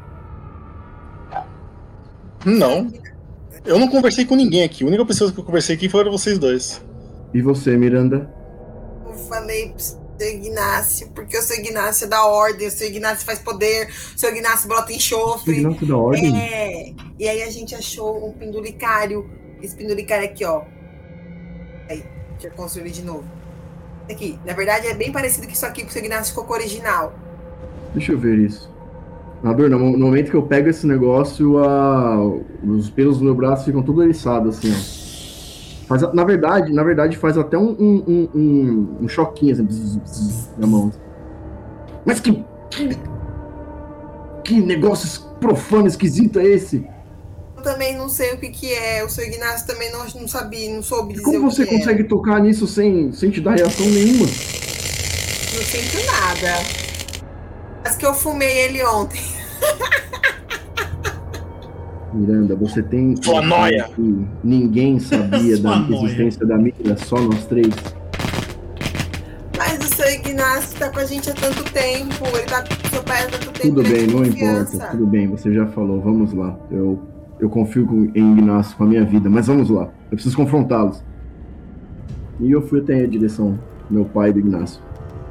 Não. Eu não conversei com ninguém aqui. A única pessoa que eu conversei aqui foram vocês dois. E você, Miranda? Eu falei pro seu Ignácio, porque o seu Ignácio é da ordem, o seu Ignácio faz poder, o seu Ignácio brota enxofre. Ignácio da ordem? É. E aí a gente achou um pendulicário. Esse pendulicário aqui, ó. Aí, deixa eu construir de novo. Aqui. Na verdade, é bem parecido com isso aqui, que o seu Ignácio ficou com o original. Deixa eu ver isso. Nador, no momento que eu pego esse negócio, os pelos do meu braço ficam tudo eriçados, assim, ó. Na verdade, faz até um choquinho, assim, na mão. Mas que negócio profano, esquisito é esse? Eu também não sei o que é. O seu Ignácio também não sabia, não soube dizer Como você consegue tocar nisso sem te dar reação nenhuma? Não sinto nada. Mas que eu fumei ele ontem. Miranda, você tem... Sua noia! Ninguém sabia da existência da Mira, só nós três. Mas o seu Ignácio tá com a gente há tanto tempo. Ele tá com seu pai há tanto tempo. Tudo bem, não importa. Tudo bem, você já falou. Vamos lá. Eu confio em Ignácio com a minha vida, mas vamos lá. Eu preciso confrontá-los. E eu fui até a direção do meu pai e do Ignácio.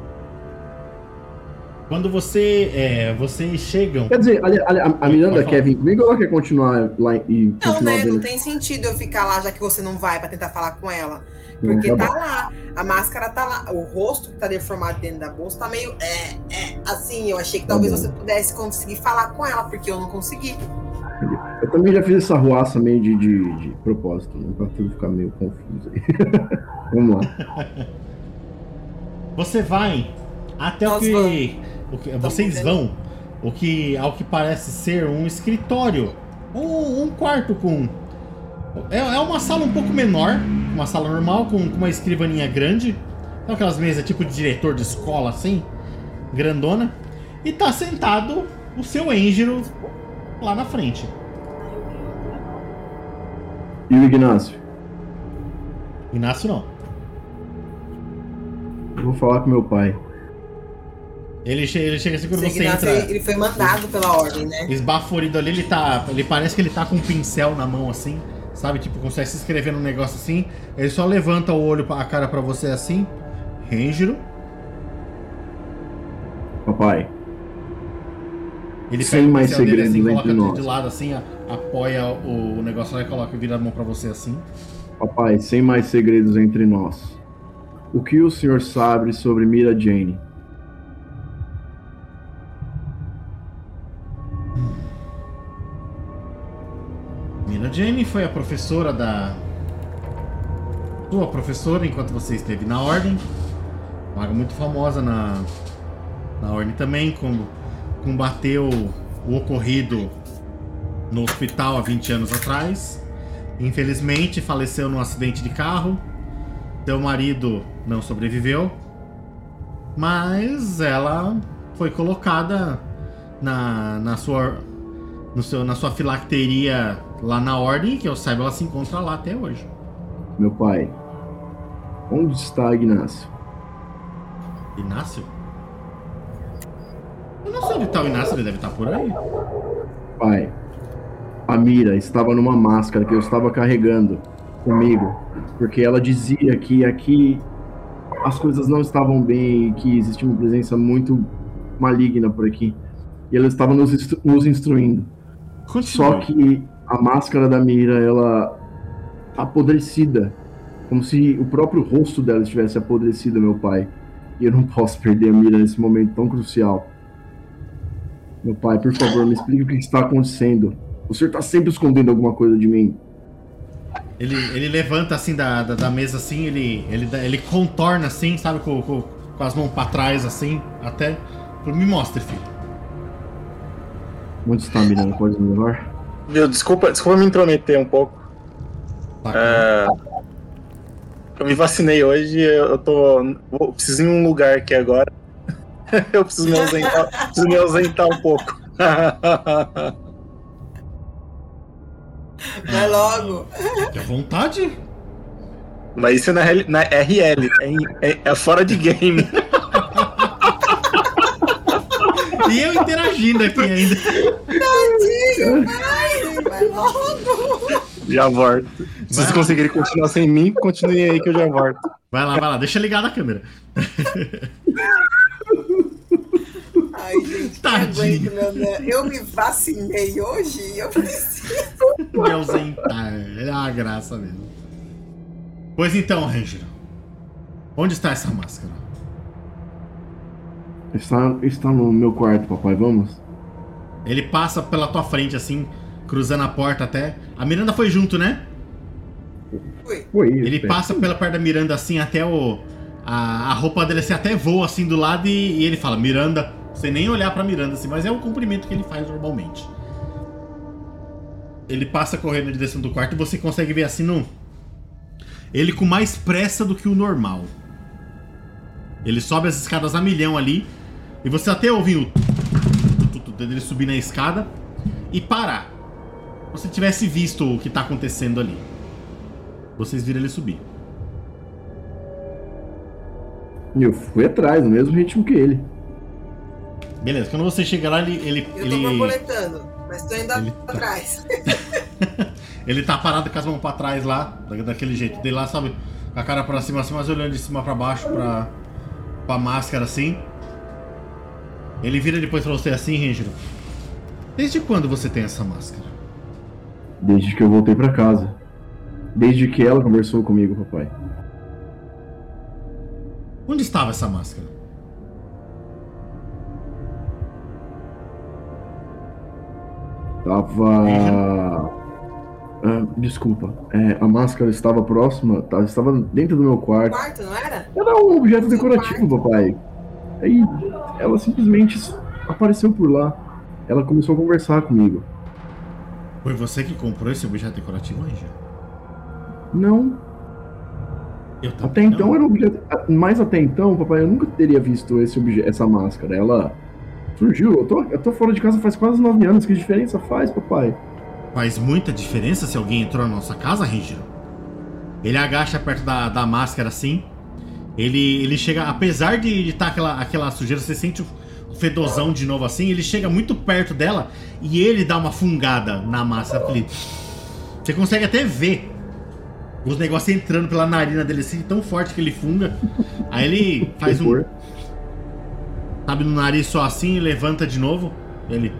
Quando vocês chegam... Quer dizer, a Miranda quer vir comigo ou ela quer continuar lá e continuar Não, né? vendo? Não tem sentido eu ficar lá, já que você não vai pra tentar falar com ela. Porque tá lá, a máscara tá lá, o rosto que tá deformado dentro da bolsa tá meio... assim, eu achei que talvez você pudesse conseguir falar com ela, porque eu não consegui. Eu também já fiz essa ruaça meio de propósito, né? Pra tudo ficar meio confuso aí. Vamos lá. Você vai até vocês vão ao que parece ser um escritório. Um quarto com... É uma sala um pouco menor, uma sala normal, com uma escrivaninha grande. Sabe aquelas mesas tipo de diretor de escola, assim? Grandona. E tá sentado o seu Êngelo lá na frente. E o Ignácio? Ignácio não. Eu vou falar com meu pai. Ele chega assim quando você Ignácio, entra. ele foi mandado pela ordem, né? Esbaforido ali, ele parece que ele tá com um pincel na mão assim, sabe? Tipo, consegue se escrever num negócio assim. Ele só levanta o olho, a cara pra você assim. Êngelo. Papai. Ele sem pega o mais pincel dele segredos assim, entre coloca nós. de lado assim, apoia o negócio lá e coloca, vira a mão pra você assim. Papai, sem mais segredos entre nós. O que o senhor sabe sobre Mira Jane? Mira Jane foi a professora sua professora enquanto você esteve na Ordem. Uma maga muito famosa na Ordem também, combateu o ocorrido no hospital há 20 anos atrás. Infelizmente faleceu num acidente de carro. Seu marido não sobreviveu, mas ela foi colocada na sua filacteria lá na Ordem, que eu saiba ela se encontra lá até hoje. Meu pai, onde está Ignácio? Ignácio? Eu não sei onde está o Ignácio, ele deve estar por aí. Pai, a Mira estava numa máscara que eu estava carregando comigo, porque ela dizia que aqui as coisas não estavam bem, que existia uma presença muito maligna por aqui. E ela estava nos instruindo. Continua. Só que a máscara da Mira, ela tá apodrecida, como se o próprio rosto dela estivesse apodrecido, meu pai. E eu não posso perder a Mira nesse momento tão crucial. Meu pai, por favor, me explique o que está acontecendo. O senhor está sempre escondendo alguma coisa de mim. Ele levanta assim da mesa assim, ele contorna assim, sabe, com as mãos pra trás assim, até. Me mostre, filho. Onde está, Miranda? Pode me levar? Viu, desculpa me intrometer um pouco. Eu me vacinei hoje, eu preciso ir em um aqui aqui agora. Eu preciso me ausentar um pouco. Vai logo. Fique à vontade. Mas isso é na RL, é fora de game. E eu interagindo aqui ainda. Tadinho, vai logo. Já volto. Se vocês conseguirem continuar sem mim, continuem aí que eu já volto. Vai lá, deixa ligada a câmera. Ai, gente, tadinho. Eu me vacinei hoje, eu preciso. Me ausentar. É uma graça mesmo. Pois então, Ranger. Onde está essa máscara? Está no meu quarto, papai, vamos? Ele passa pela tua frente, assim, cruzando a porta até. A Miranda foi junto, né? Foi. Ele passa pela parte da Miranda, assim, até a roupa dele assim, até voa assim do lado e ele fala, Miranda, sem nem olhar pra Miranda, assim, mas é o cumprimento que ele faz normalmente. Ele passa correndo na direção do quarto e você consegue ver assim ele com mais pressa do que o normal. Ele sobe as escadas a milhão ali. E você até ouviu dele subir na escada e parar. Se você tivesse visto o que tá acontecendo ali. Vocês viram ele subir. Eu fui atrás, no mesmo ritmo que ele. Beleza, quando você chega lá, ele Eu tô borboletando, mas tô indo atrás. Ele tá parado com as mãos pra trás lá, daquele jeito dele lá, sabe? Com a cara pra cima assim, mas olhando de cima pra baixo pra máscara assim. Ele vira depois pra você assim, Ranger. Desde quando você tem essa máscara? Desde que eu voltei pra casa. Desde que ela conversou comigo, papai. Onde estava essa máscara? Tava... desculpa. A máscara estava próxima, estava dentro do meu quarto. Quarto, não era? Era um objeto decorativo, papai. Aí ela simplesmente apareceu por lá. ela começou a conversar comigo. Foi você que comprou esse objeto decorativo, Ranger? Não. Eu também Até então não. era um objeto. Mas até então, papai, eu nunca teria visto essa máscara. Ela surgiu. Eu tô fora de casa faz quase 9 anos. Que diferença faz, papai? Faz muita diferença se alguém entrou na nossa casa, Ranger? Ele agacha perto da máscara assim. Ele chega, apesar de estar aquela sujeira, você sente o fedozão de novo assim. Ele chega muito perto dela e ele dá uma fungada na máscara. Você consegue até ver os negócios entrando pela narina dele assim, tão forte que ele funga. Aí ele faz sabe, no nariz só assim e levanta de novo. Ele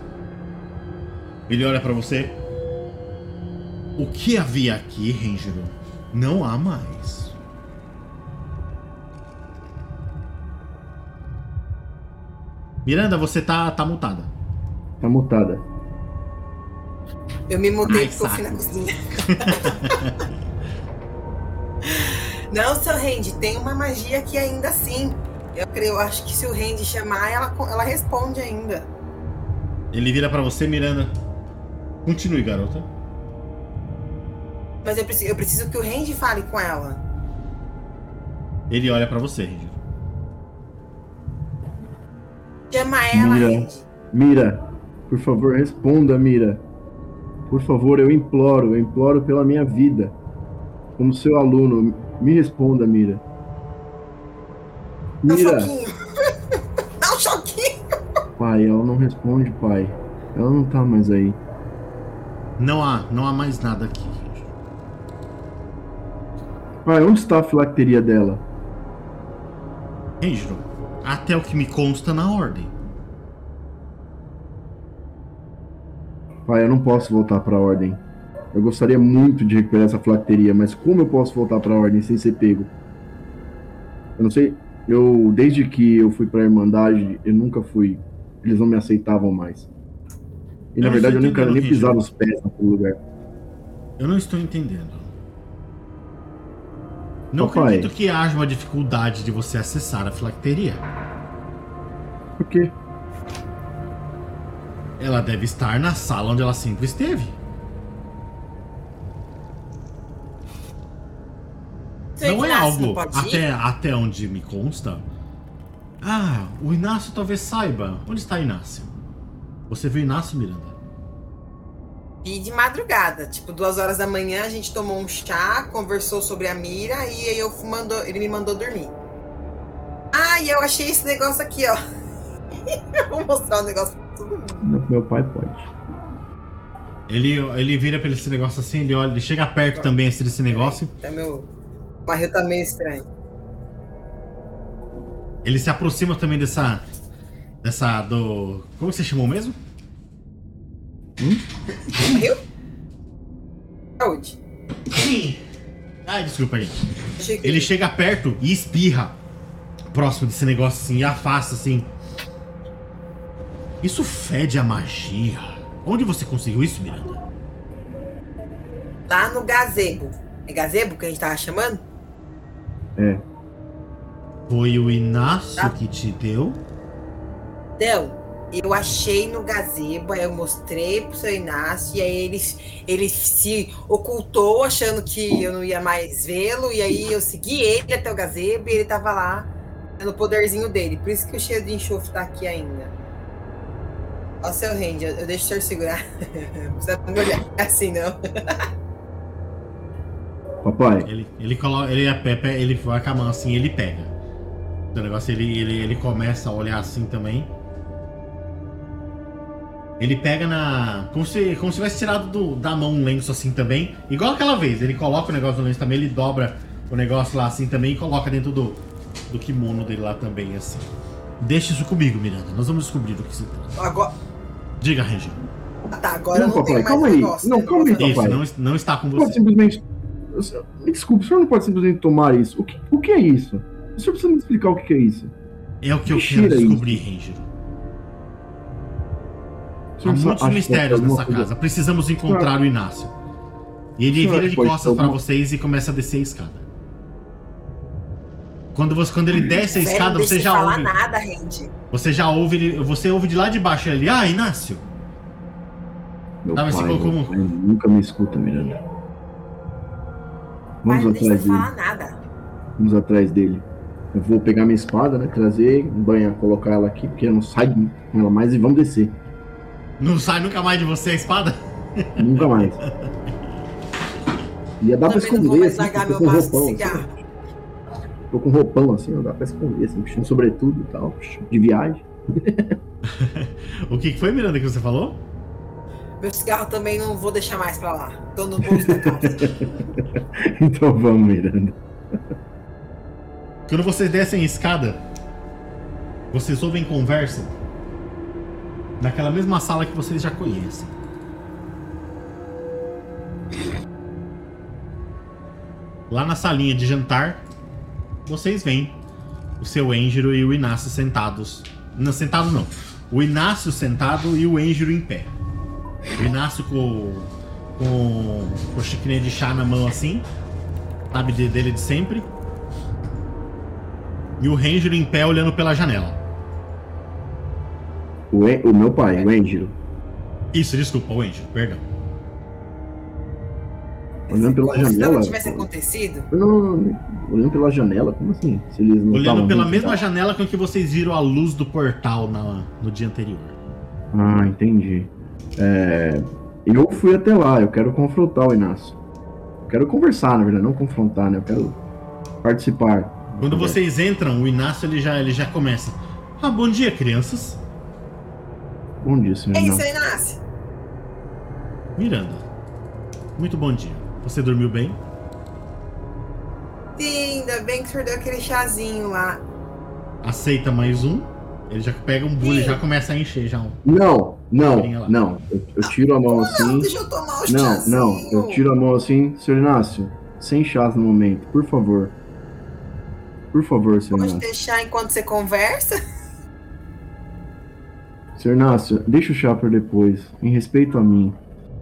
olha pra você. O que havia aqui, Ranger? Não há mais. Miranda, você tá mutada. Tá mutada. Eu me mudei Ai, porque eu fui na saco. cozinha. Não, seu Randy, tem uma magia aqui ainda assim. Eu acho que se o Randy chamar, ela responde ainda. Ele vira pra você, Miranda. Continue, garota. Mas eu preciso que o Randy fale com ela. Ele olha pra você, Ranger. Chama ela, Mira. Randy. Mira, por favor, responda, Mira. Por favor, eu imploro pela minha vida. Como seu aluno, me responda, Mira. Dá um Mira. choquinho. Dá um choquinho. Pai, ela não responde, pai. Ela não tá mais aí. Não há mais nada aqui, Ranger. Pai, onde está a filacteria dela? Ranger, até o que me consta na ordem. Pai, eu não posso voltar pra ordem. Eu gostaria muito de recuperar essa filacteria, mas como eu posso voltar pra ordem sem ser pego? Eu não sei. Desde que eu fui pra Irmandade, eu nunca fui. Eles não me aceitavam mais. E na verdade eu nunca nem pisava os pés naquele lugar. Eu não estou entendendo. Não Papai. acredito que haja uma dificuldade de você acessar a filacteria. Por quê? Ela deve estar na sala onde ela sempre esteve. Seu Não é Ignacio algo, não pode ir? até onde me consta. Ah, o Inácio talvez saiba. Onde está Inácio? Você viu Inácio, Miranda? E de madrugada, tipo 2 horas da manhã, a gente tomou um chá, conversou sobre a Mira e aí ele me mandou dormir. Ah, e eu achei esse negócio aqui, ó. Eu vou mostrar o negócio pra todo mundo. Meu pai pode. Ele vira pra esse negócio assim, ele olha, ele chega perto também assim, desse negócio. O barril tá meio estranho. Ele se aproxima também dessa como você chamou mesmo? Barril? Saúde. Ai, desculpa, gente. Achei que- Ele chega perto e espirra próximo desse negócio assim, e afasta assim. Isso fede a magia. Onde você conseguiu isso, Miranda? Lá no gazebo. É gazebo que a gente tava chamando? É. Foi o Inácio Tá. que te deu? Então, eu achei no gazebo, aí eu mostrei pro seu Inácio, e aí ele se ocultou achando que eu não ia mais vê-lo, e aí eu segui ele até o gazebo e ele tava lá no poderzinho dele. Por isso que o cheiro de enxofre tá aqui ainda. Ó, seu Randy, eu deixo o senhor segurar. Não precisa me olhar assim, não. Papai, Ele coloca, ele vai com a mão assim, ele pega. O negócio ele começa a olhar assim também. Ele pega como se tivesse tirado da mão um lenço assim também. Igual aquela vez, ele coloca o negócio no lenço também, ele dobra o negócio lá assim também e coloca dentro do kimono dele lá também, assim. Deixa isso comigo, Miranda. Nós vamos descobrir do que se trata. Agora... Diga, Ranger. Tá, agora Não, eu não papai, tenho mais calma aí. negócio. Não, né? calma aí, Posso- papai. Isso, não está com pode você. simplesmente. Me desculpe, o senhor não pode simplesmente tomar isso. O que é isso? O senhor precisa me explicar o que é isso. É o que eu Que quero cheiro é descobrir, Ranger. O senhor Há muitos acha que mistérios é alguma nessa coisa- casa. Precisamos encontrar o Inácio. E ele Senhor, vira de pode costas ser pra alguma- vocês e começa a descer a escada. Quando ele desce a escada, você já ouve. Não fala nada, Randy. Você já ouve ele. Você ouve de lá de baixo ele. Ah, Inácio! Meu Tava pai, assim, como- meu pai nunca me escuta, Miranda. Mas Vamos não deixa atrás de dele. falar nada. Vamos atrás dele. Eu vou pegar minha espada, né? Trazer, banhar, colocar ela aqui, porque eu não saio com ela mais e vamos descer. Não sai nunca mais de você a espada? Nunca mais. Ia dar pra Também não vou esconder, mais assim, largar tô meu com maço de roupão, cigarro. assim. Tô com roupão, assim, ó, dá pra esconder, assim, vestindo sobretudo e tal, de viagem. O que foi, Miranda, que você falou? Meu cigarro também não vou deixar mais pra lá. Tô no bolso da calça. Então vamos, Miranda. Quando vocês descem a escada, vocês ouvem conversa naquela mesma sala que vocês já conhecem. Lá na salinha de jantar, vocês veem o seu Enjiro e o Inácio sentados. Não, sentado não. O Inácio sentado e o Enjiro em pé. O Inácio com a xicrinha de chá na mão assim, sabe, dele de sempre. E o Ranger em pé olhando pela janela. O meu pai, o Angelo. Isso, desculpa, o Angel, perdão. Olhando pela Como se janela. nada tivesse acontecido. Não, olhando pela janela, como assim? Se eles não Olhando estavam pela juntos, mesma tá? janela com que vocês viram a luz do portal no dia anterior. Ah, entendi. Eu fui até lá, eu quero confrontar o Inácio. Eu quero conversar, na verdade, não confrontar, né? Eu quero participar. Quando vocês entram, o Inácio ele já começa. Ah, bom dia, crianças. Bom dia, senhor É isso Inácio. aí, Inácio. Miranda, muito bom dia. Você dormiu bem? Sim, ainda bem que o senhor deu aquele chazinho lá. Aceita mais um? Ele já pega um bule e já começa a encher já um. Não. Lá. Eu tiro a mão assim. Não, deixa eu tomar o Não, chazinho. eu tiro a mão assim, senhor Inácio. Sem chás no momento, por favor. Por favor, senhor Pode Inácio. deixar enquanto você conversa? Senhor Inácio, deixa o chá por depois, em respeito a mim.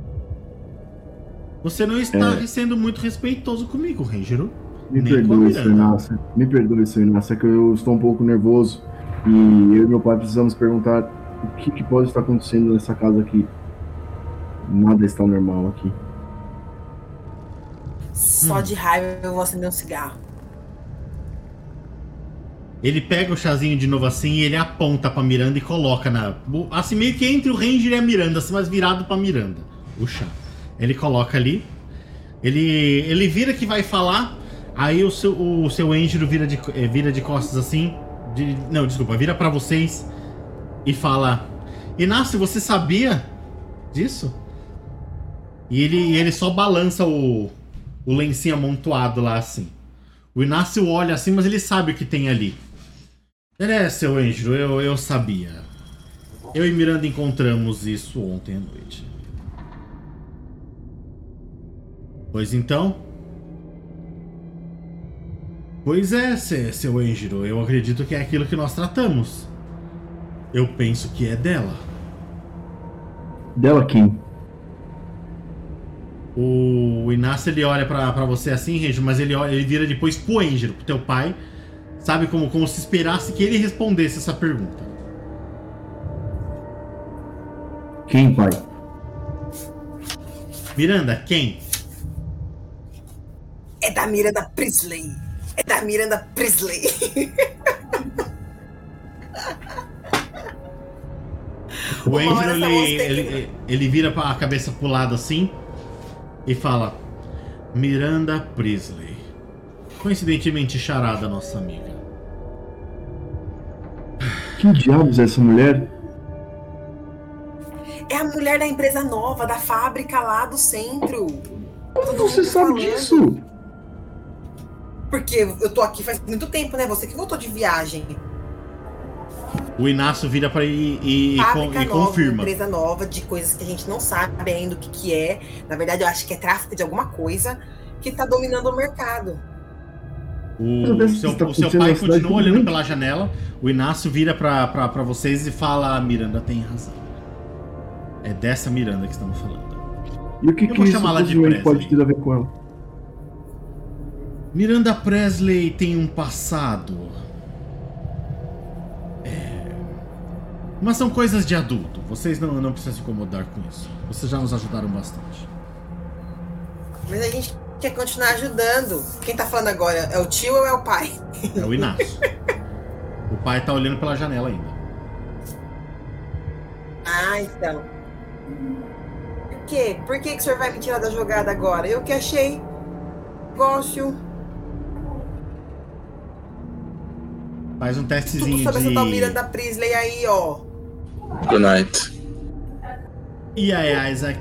Você não está sendo muito respeitoso comigo, Ranger. Me Nem com a perdoe, senhor Miranda. Inácio. Me perdoe, senhor Inácio, é que eu estou um pouco nervoso. E eu e meu pai precisamos perguntar o que pode estar acontecendo nessa casa aqui. Nada está normal aqui. Só de raiva eu vou acender um cigarro. Ele pega o chazinho de novo assim e ele aponta pra Miranda e coloca assim meio que entre o Ranger e a Miranda, assim, mas virado pra Miranda, o chá. Ele coloca ali, ele vira que vai falar, aí o seu Angel vira de costas assim, vira pra vocês e fala: Inácio, você sabia disso? E ele só balança o lencinho amontoado lá assim. O Inácio olha assim, mas ele sabe o que tem ali. Seu Angel, eu sabia. Eu e Miranda encontramos isso ontem à noite. Pois então? Pois é, seu Angel, eu acredito que é aquilo que nós tratamos. Eu penso que é dela. Dela quem? O Inácio, ele olha pra você assim, Angel, mas ele vira depois pro Angel, pro teu pai. Sabe, como se esperasse que ele respondesse essa pergunta. Quem, pai? Miranda, quem? É da Miranda Priestley. É da Miranda Priestley. O Angel, ele vira a cabeça pro lado assim e fala: Miranda Priestley. Coincidentemente charada, nossa amiga. Que diabos é essa mulher? É a mulher da empresa nova, da fábrica lá do centro. Como você sabe disso? Porque eu tô aqui faz muito tempo, né? Você que voltou de viagem. O Inácio vira pra e Fábrica nova, confirma. empresa nova de coisas que a gente não sabe ainda o que é. Na verdade, eu acho que é tráfico de alguma coisa que tá dominando o mercado. O seu pai continua olhando pela janela. O Inácio vira pra vocês e fala: a Miranda tem razão. É dessa Miranda que estamos falando. E o que Eu vou isso chamar ela de possivelmente Presley. pode ter a ver com ela? Miranda Presley tem um passado. Mas são coisas de adulto. Vocês não precisam se incomodar com isso. Vocês já nos ajudaram bastante. Mas a gente quer continuar ajudando. Quem tá falando agora? É o tio ou é o pai? É o Inácio. O pai tá olhando pela janela ainda. Ah, então. Por quê? Por que o senhor vai me tirar da jogada agora? Eu que achei negócio. Faz um Tudo testezinho sobre de... essa tal Miranda Presley aí, ó. Good night. E aí, Isaac?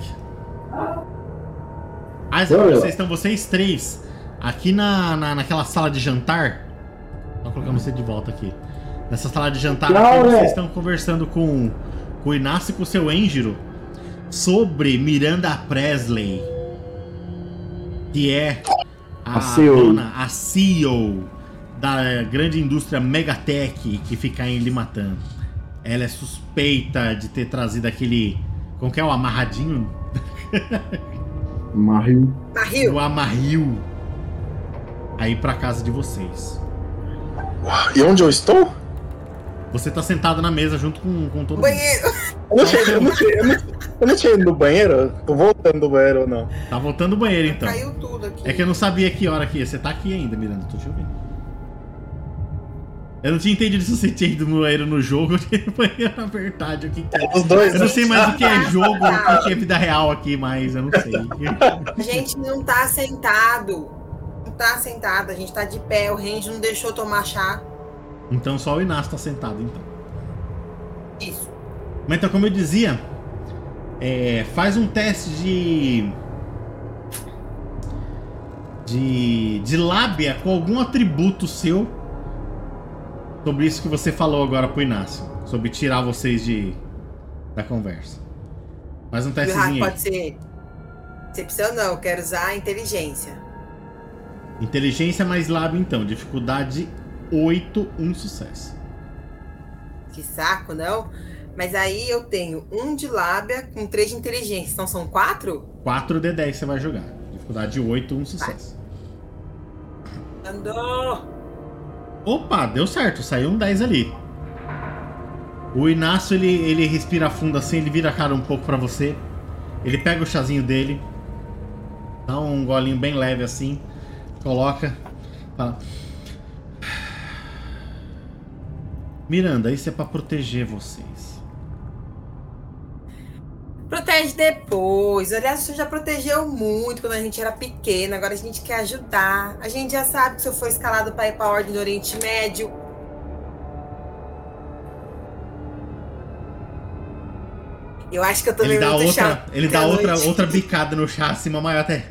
Isaac, vocês três aqui naquela sala de jantar. Vou colocar você de volta aqui. Nessa sala de jantar aqui, vocês estão conversando com o Inácio e com o seu Enjiro sobre Miranda Presley, que é a dona, a CEO da grande indústria Megatech que fica em Limatã. Ela é suspeita de ter trazido aquele... Como que é? O amarradinho? O amarril aí pra casa de vocês. E onde eu estou? Você tá sentado na mesa junto com todo banheiro. mundo. Eu não tinha ido no banheiro? Tô voltando do banheiro ou não? Tá voltando do banheiro então. Caiu tudo aqui. É que eu não sabia que hora que ia. Você tá aqui ainda, Miranda, tô te ouvindo. Eu não tinha entendido se você tinha ido no banheiro no jogo ou no banheiro na verdade. O que é. Os dois. Eu não sei mais o que é jogo ou o que é vida real aqui, mas eu não sei. A gente não tá sentado. Não tá sentado, a gente tá de pé. O Range não deixou tomar chá. Então só o Inácio tá sentado, então. Isso. Mas então, como eu dizia, faz um teste de lábia com algum atributo seu sobre isso que você falou agora pro Inácio, sobre tirar vocês da conversa. Faz um testezinho aí. Pode ser decepção, não, eu quero usar inteligência. Inteligência mais lábio, então. Dificuldade 8, um sucesso. Que saco, não? Mas aí eu tenho 1 de lábia com 3 de inteligência. Então são 4? 4 de 10 você vai jogar. Dificuldade 8, um sucesso. Andou! Opa, deu certo. Saiu um 10 ali. O Inácio, ele respira fundo assim. Ele vira a cara um pouco pra você. Ele pega o chazinho dele. Dá um golinho bem leve assim. Coloca. Fala... Miranda, isso é pra proteger vocês. Protege depois. Aliás, o senhor já protegeu muito quando a gente era pequeno. Agora a gente quer ajudar. A gente já sabe que o senhor foi escalado para ir para a Ordem do Oriente Médio. Eu acho que eu tô lembrando do chá. Ele dá outra bicada no chá, assim, uma maior até.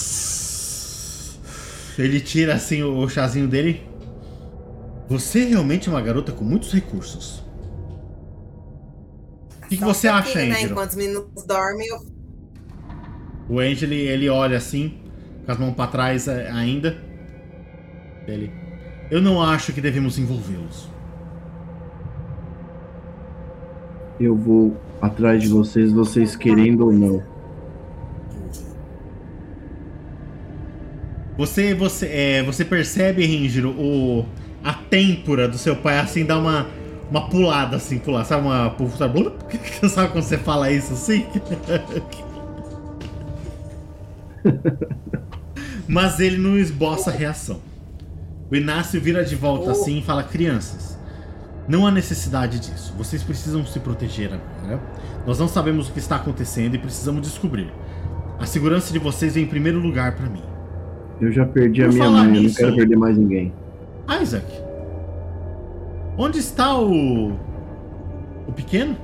Ele tira assim o chazinho dele. Você realmente é uma garota com muitos recursos. O que você acha, Angel? Né? Enquanto os meninos dormem, O Angel, ele olha assim, com as mãos pra trás ainda. Eu não acho que devemos envolvê-los. Eu vou atrás de vocês querendo ou não. Você percebe, Ringiro, a têmpora do seu pai assim dá uma pulada assim, sabe, uma pulsada. Sabe quando você fala isso assim? Mas ele não esboça reação. O Inácio vira de volta assim e fala: crianças, não há necessidade disso. Vocês precisam se proteger agora. Nós não sabemos o que está acontecendo e precisamos descobrir. A segurança de vocês vem em primeiro lugar pra mim. Eu já perdi a minha mãe, eu não quero perder mais ninguém. Isaac, onde está o pequeno?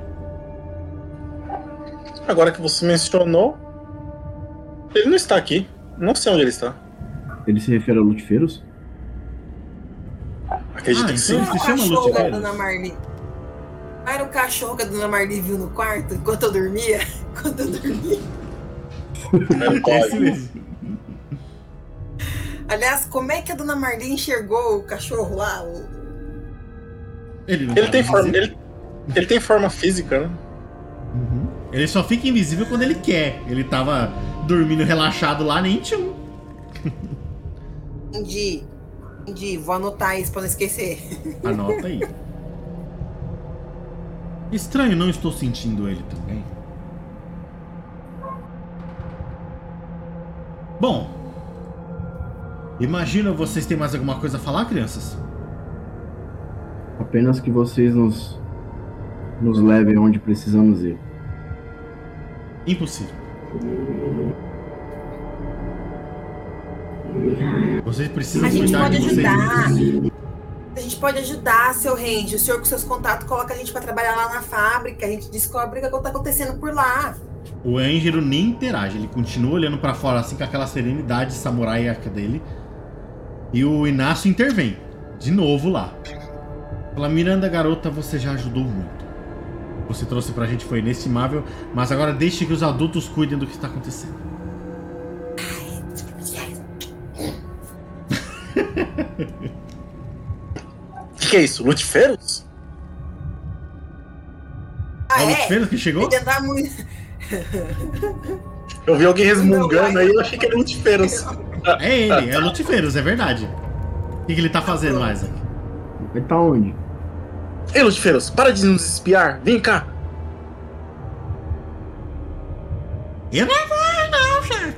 Agora que você mencionou, ele não está aqui. Não sei onde ele está. Ele se refere a Lutifeiros? Acredito que sim. Então se chama Lutifeiros. Dona Marli. Era o cachorro que a Dona Marli viu no quarto enquanto eu dormia? Esse mesmo. Aliás, como é que a Dona Marli enxergou o cachorro lá? Ele tem forma física, né? Uhum. Ele só fica invisível quando ele quer. Ele tava dormindo relaxado lá, nem tinha um. Entendi. Vou anotar isso pra não esquecer. Anota aí. Estranho, não estou sentindo ele também. Bom, imagino vocês têm mais alguma coisa a falar, crianças? Apenas que vocês nos levem onde precisamos ir. Impossível. Vocês precisam A gente cuidar pode de vocês. ajudar. A gente pode ajudar, seu Range. O senhor com seus contatos coloca a gente pra trabalhar lá na fábrica. A gente descobre o que tá acontecendo por lá. O Angelo nem interage, ele continua olhando pra fora assim com aquela serenidade samuraiaca dele. E o Inácio intervém, de novo lá. Fala, Miranda, garota, você já ajudou muito. Você trouxe pra gente foi inestimável, mas agora deixe que os adultos cuidem do que está acontecendo. O que é isso? Lutifeiros? É o Lutifeiros que chegou? Ele anda muito... Eu vi alguém resmungando aí, eu achei que era Lutifeiros. É ele, é o Lutifeiros, é verdade. O que ele tá fazendo, Isaac? Ele tá onde? Ei, Lutifeiros, para de nos espiar. Vem cá. Eu não vou, não, chefe.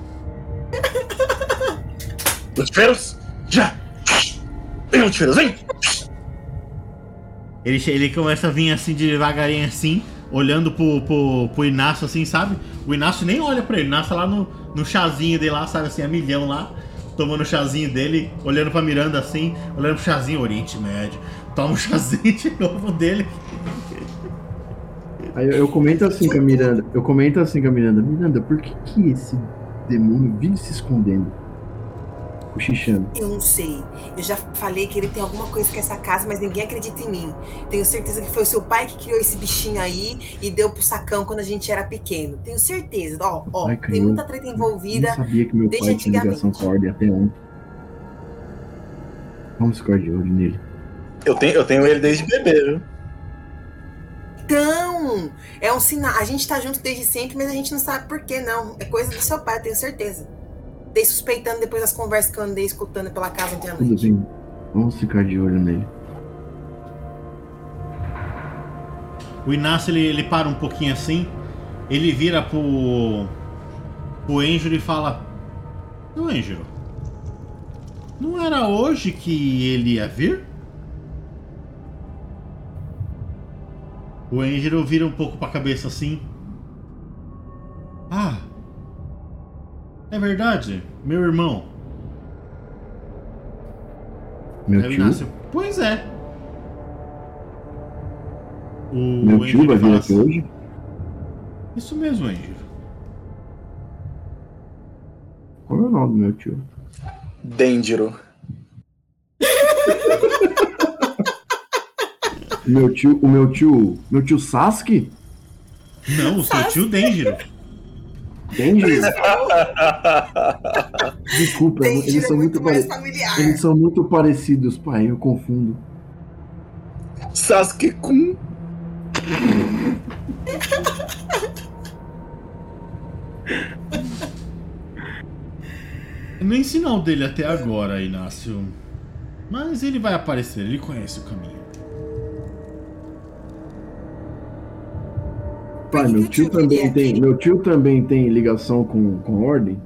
Lutifeiros, já. Vem, Lutifeiros, vem. Ele começa a vir assim, devagarinho assim, olhando pro Inácio assim, sabe? O Inácio nem olha pra ele, o Inácio tá lá no chazinho dele lá, sabe assim, a milhão lá, tomando o chazinho dele, olhando pra Miranda assim, olhando pro chazinho, Oriente Médio, toma o chazinho de novo dele. Aí eu comento assim com a Miranda, Miranda, por que esse demônio vive se escondendo? Cochichando. Eu não sei. Eu já falei que ele tem alguma coisa com essa casa, mas ninguém acredita em mim. Tenho certeza que foi o seu pai que criou esse bichinho aí e deu pro sacão quando a gente era pequeno. Tenho certeza. Ó, Ai, tem muita treta envolvida. Eu não sabia que meu pai tinha ligação com a Ordem até ontem. Vamos ficar de olho nele. Eu tenho ele desde bebê, viu? Então, é um sinal. A gente tá junto desde sempre, mas a gente não sabe por que não. É coisa do seu pai, eu tenho certeza. Dei suspeitando depois das conversas que eu andei escutando pela casa ontem à Tudo noite. bem. Vamos ficar de olho nele. O Inácio, ele para um pouquinho assim, ele vira pro Ângelo e fala: Ô Ângelo, não era hoje que ele ia vir? O Ângelo vira um pouco pra cabeça assim. Ah, é verdade, meu irmão. Meu Aí o tio? Inácio, pois é. Meu tio vai vir aqui hoje? Isso mesmo, Ângelo. Qual é o nome do meu tio? Dendiro. O meu tio Sasuke? Não, o seu tio Dênjiro. Dendiro? Desculpa, Dendiro eles é são muito mais parecidos. familiar. Eles são muito parecidos, pai, eu confundo. Sasuke-kun. Nem sinal dele até agora, Inácio. Mas ele vai aparecer, ele conhece o caminho. Pai, meu tio também tem ligação com a Ordem?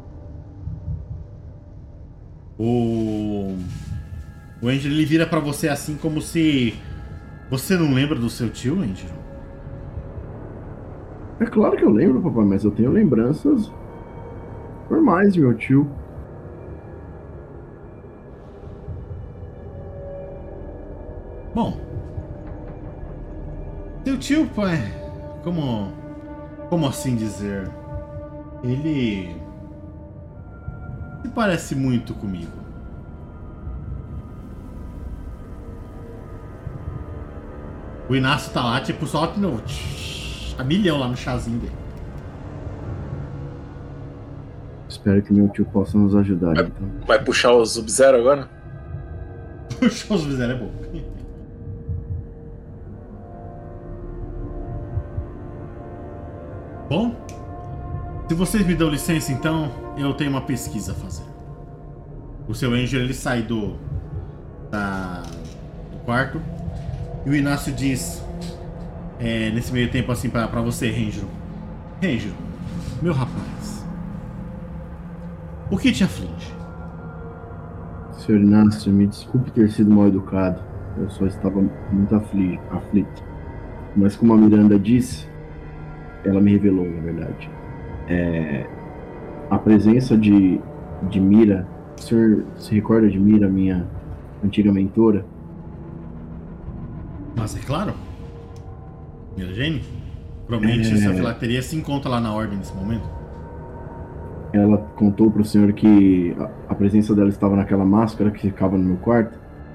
O Angelo, ele vira pra você assim como se... Você não lembra do seu tio, Angelo? É claro que eu lembro, papai, mas eu tenho lembranças normais de meu tio. Bom, seu tio, pai, como assim dizer? Ele se parece muito comigo. O Inácio tá lá, tipo, só a milhão lá no chazinho dele. Espero que meu tio possa nos ajudar, então. Vai puxar o Sub-Zero agora? Puxa, os fizeram é bom. Bom, se vocês me dão licença, então, eu tenho uma pesquisa a fazer. O seu Angel, ele sai do quarto. E o Inácio diz, nesse meio tempo assim, pra você, Ranger. Ranger, meu rapaz, o que te aflige? Senhor Inácio, me desculpe ter sido mal educado. Eu só estava muito aflito. Mas como a Miranda disse, ela me revelou, na verdade. A presença de Mira. O senhor se recorda de Mira, minha antiga mentora? Mas é claro. Mira Jane? Provavelmente essa filateria se encontra lá na ordem nesse momento. Ela contou pro senhor que a presença dela estava naquela máscara que ficava no meu quarto?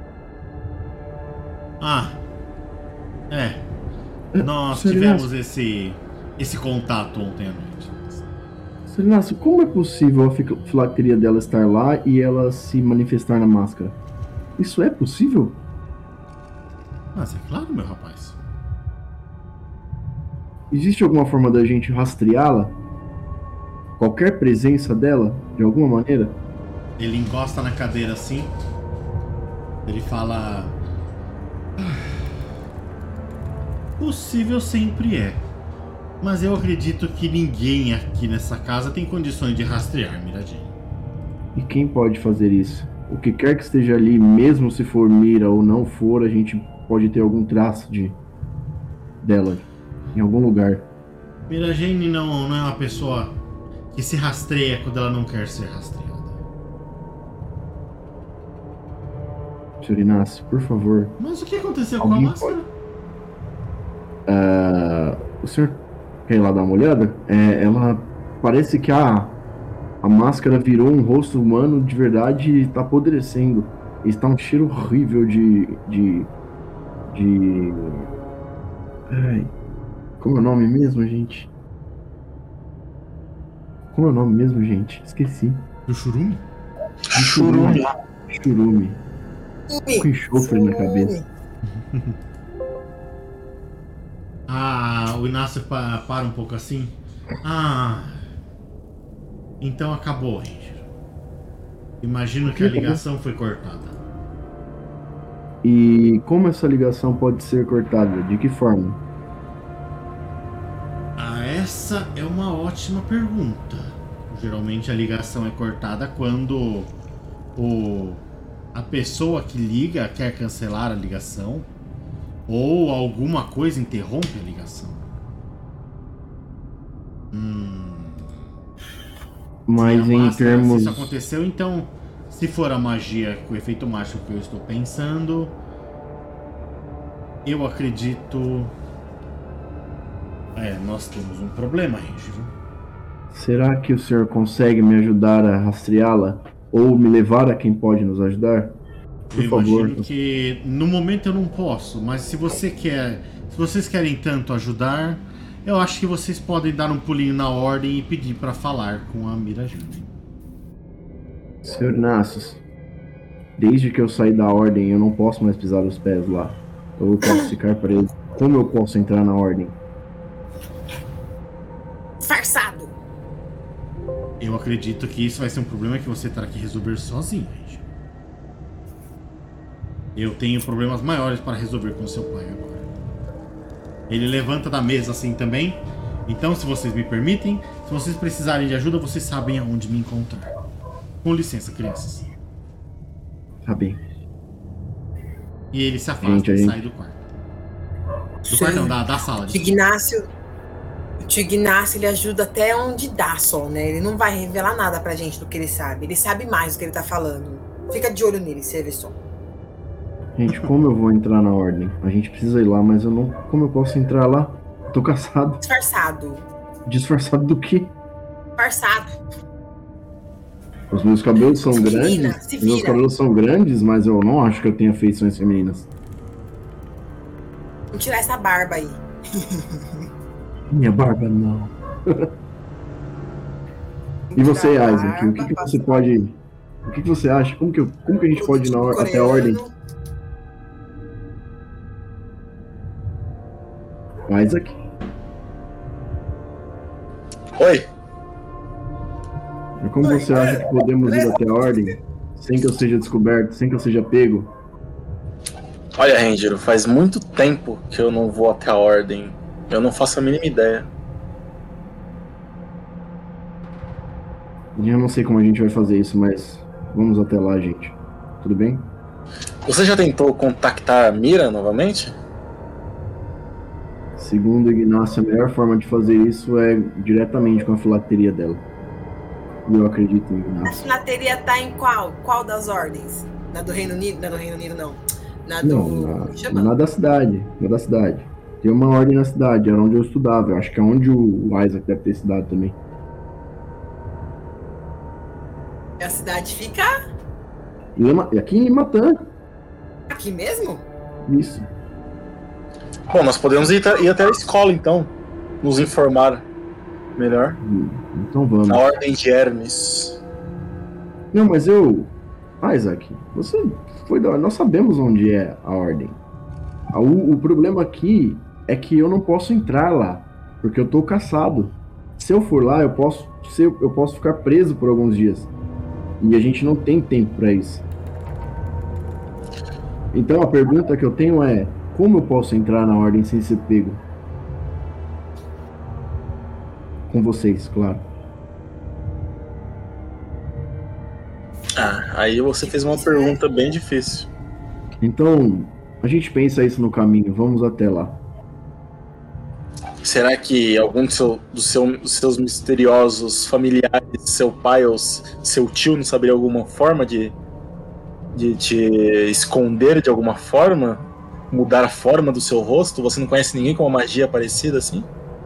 Nós tivemos esse contato ontem à noite. Senhor Inácio, como é possível a filateria dela estar lá e ela se manifestar na máscara? Isso é possível? Mas é claro, meu rapaz. Existe alguma forma da gente rastreá-la? Qualquer presença dela, de alguma maneira? Ele encosta na cadeira assim. Ele fala... Possível sempre é. Mas eu acredito que ninguém aqui nessa casa tem condições de rastrear Mira Jane. E quem pode fazer isso? O que quer que esteja ali, mesmo se for Mira ou não for, a gente pode ter algum traço dela em algum lugar. Mira Jane não é uma pessoa que se rastreia quando ela não quer ser rastreada. Senhor Inácio, por favor. Mas o que aconteceu com a máscara? O senhor quer ir lá dar uma olhada? Ela parece que a máscara virou um rosto humano de verdade e está apodrecendo. Está um cheiro horrível Ai, como é o nome mesmo, gente? Como é o nome mesmo, gente? Esqueci. Do churume? Churume. Com enxofre na cabeça. O Inácio para um pouco assim. Então acabou, Ranger. Imagino que a ligação foi cortada. E como essa ligação pode ser cortada? De que forma? Essa é uma ótima pergunta. Geralmente a ligação é cortada quando a pessoa que liga quer cancelar a ligação ou alguma coisa interrompe a ligação. Mas em termos... Se isso aconteceu, então, se for a magia com o efeito mágico que eu estou pensando, eu acredito... nós temos um problema, Ranger. Será que o senhor consegue me ajudar a rastreá-la? Ou me levar a quem pode nos ajudar? Por favor. Imagino que no momento eu não posso, mas se vocês querem tanto ajudar, eu acho que vocês podem dar um pulinho na ordem e pedir para falar com a Mira Jane. Senhor Inácio, desde que eu saí da ordem, eu não posso mais pisar os pés lá. Eu posso ficar preso. Como eu posso entrar na ordem? Disfarçado! Eu acredito que isso vai ser um problema que você terá que resolver sozinho, Ranger. Eu tenho problemas maiores para resolver com seu pai agora. Ele levanta da mesa assim também. Então, se vocês me permitem, se vocês precisarem de ajuda, vocês sabem aonde me encontrar. Com licença, crianças. Tá bem. E ele se afasta e sai do quarto. Do quarto não, da sala. O tio Ignácio, ele ajuda até onde dá só, né? Ele não vai revelar nada pra gente do que ele sabe. Ele sabe mais do que ele tá falando. Fica de olho nele, você vê só. Gente, como eu vou entrar na ordem? A gente precisa ir lá, mas eu não... Como eu posso entrar lá? Tô caçado. Disfarçado. Disfarçado do quê? Disfarçado. Os meus cabelos são grandes. Meus cabelos são grandes, mas eu não acho que eu tenha feições femininas. Vamos tirar essa barba aí. Minha barba não. E você, Isaac? O que você pode... O que você acha? Como que a gente pode ir até a ordem? Isaac? Oi. E como você acha que podemos ir até a ordem? sem que eu seja descoberto, sem que eu seja pego. Olha, Ranger, faz muito tempo que eu não vou até a Ordem. Eu não faço a mínima ideia. Eu não sei como a gente vai fazer isso, mas vamos até lá, gente. Tudo bem? Você já tentou contactar a Mira novamente? Segundo Ignacio, a melhor forma de fazer isso é diretamente com a filateria dela. E eu acredito em A Ignacio. filateria tá em qual? Qual das ordens? Na do Reino Unido? Na do Reino Unido, não. Na do... Não, na da cidade. Na da cidade. Tem uma ordem na cidade, era onde eu estudava. Eu acho que é onde o Isaac deve ter estudado também. A cidade fica Aqui em Limatã. aqui mesmo? Isso. Bom, nós podemos ir até a escola, então. Nos informar melhor. Então vamos. Na Ordem de Hermes. Não, mas Isaac, você foi da... Nós sabemos onde é a ordem. O problema aqui é que eu não posso entrar lá, porque eu tô caçado. Se eu for lá, eu posso ficar preso por alguns dias. E a gente não tem tempo pra isso. Então a pergunta que eu tenho é: como eu posso entrar na ordem sem ser pego? Com vocês, claro. Aí você fez uma pergunta bem difícil. Então, a gente pensa isso no caminho, vamos até lá. Será que algum dos seus misteriosos familiares, seu pai ou seu tio, não saberia alguma forma de te esconder de alguma forma? Mudar a forma do seu rosto? Você não conhece ninguém com uma magia parecida assim?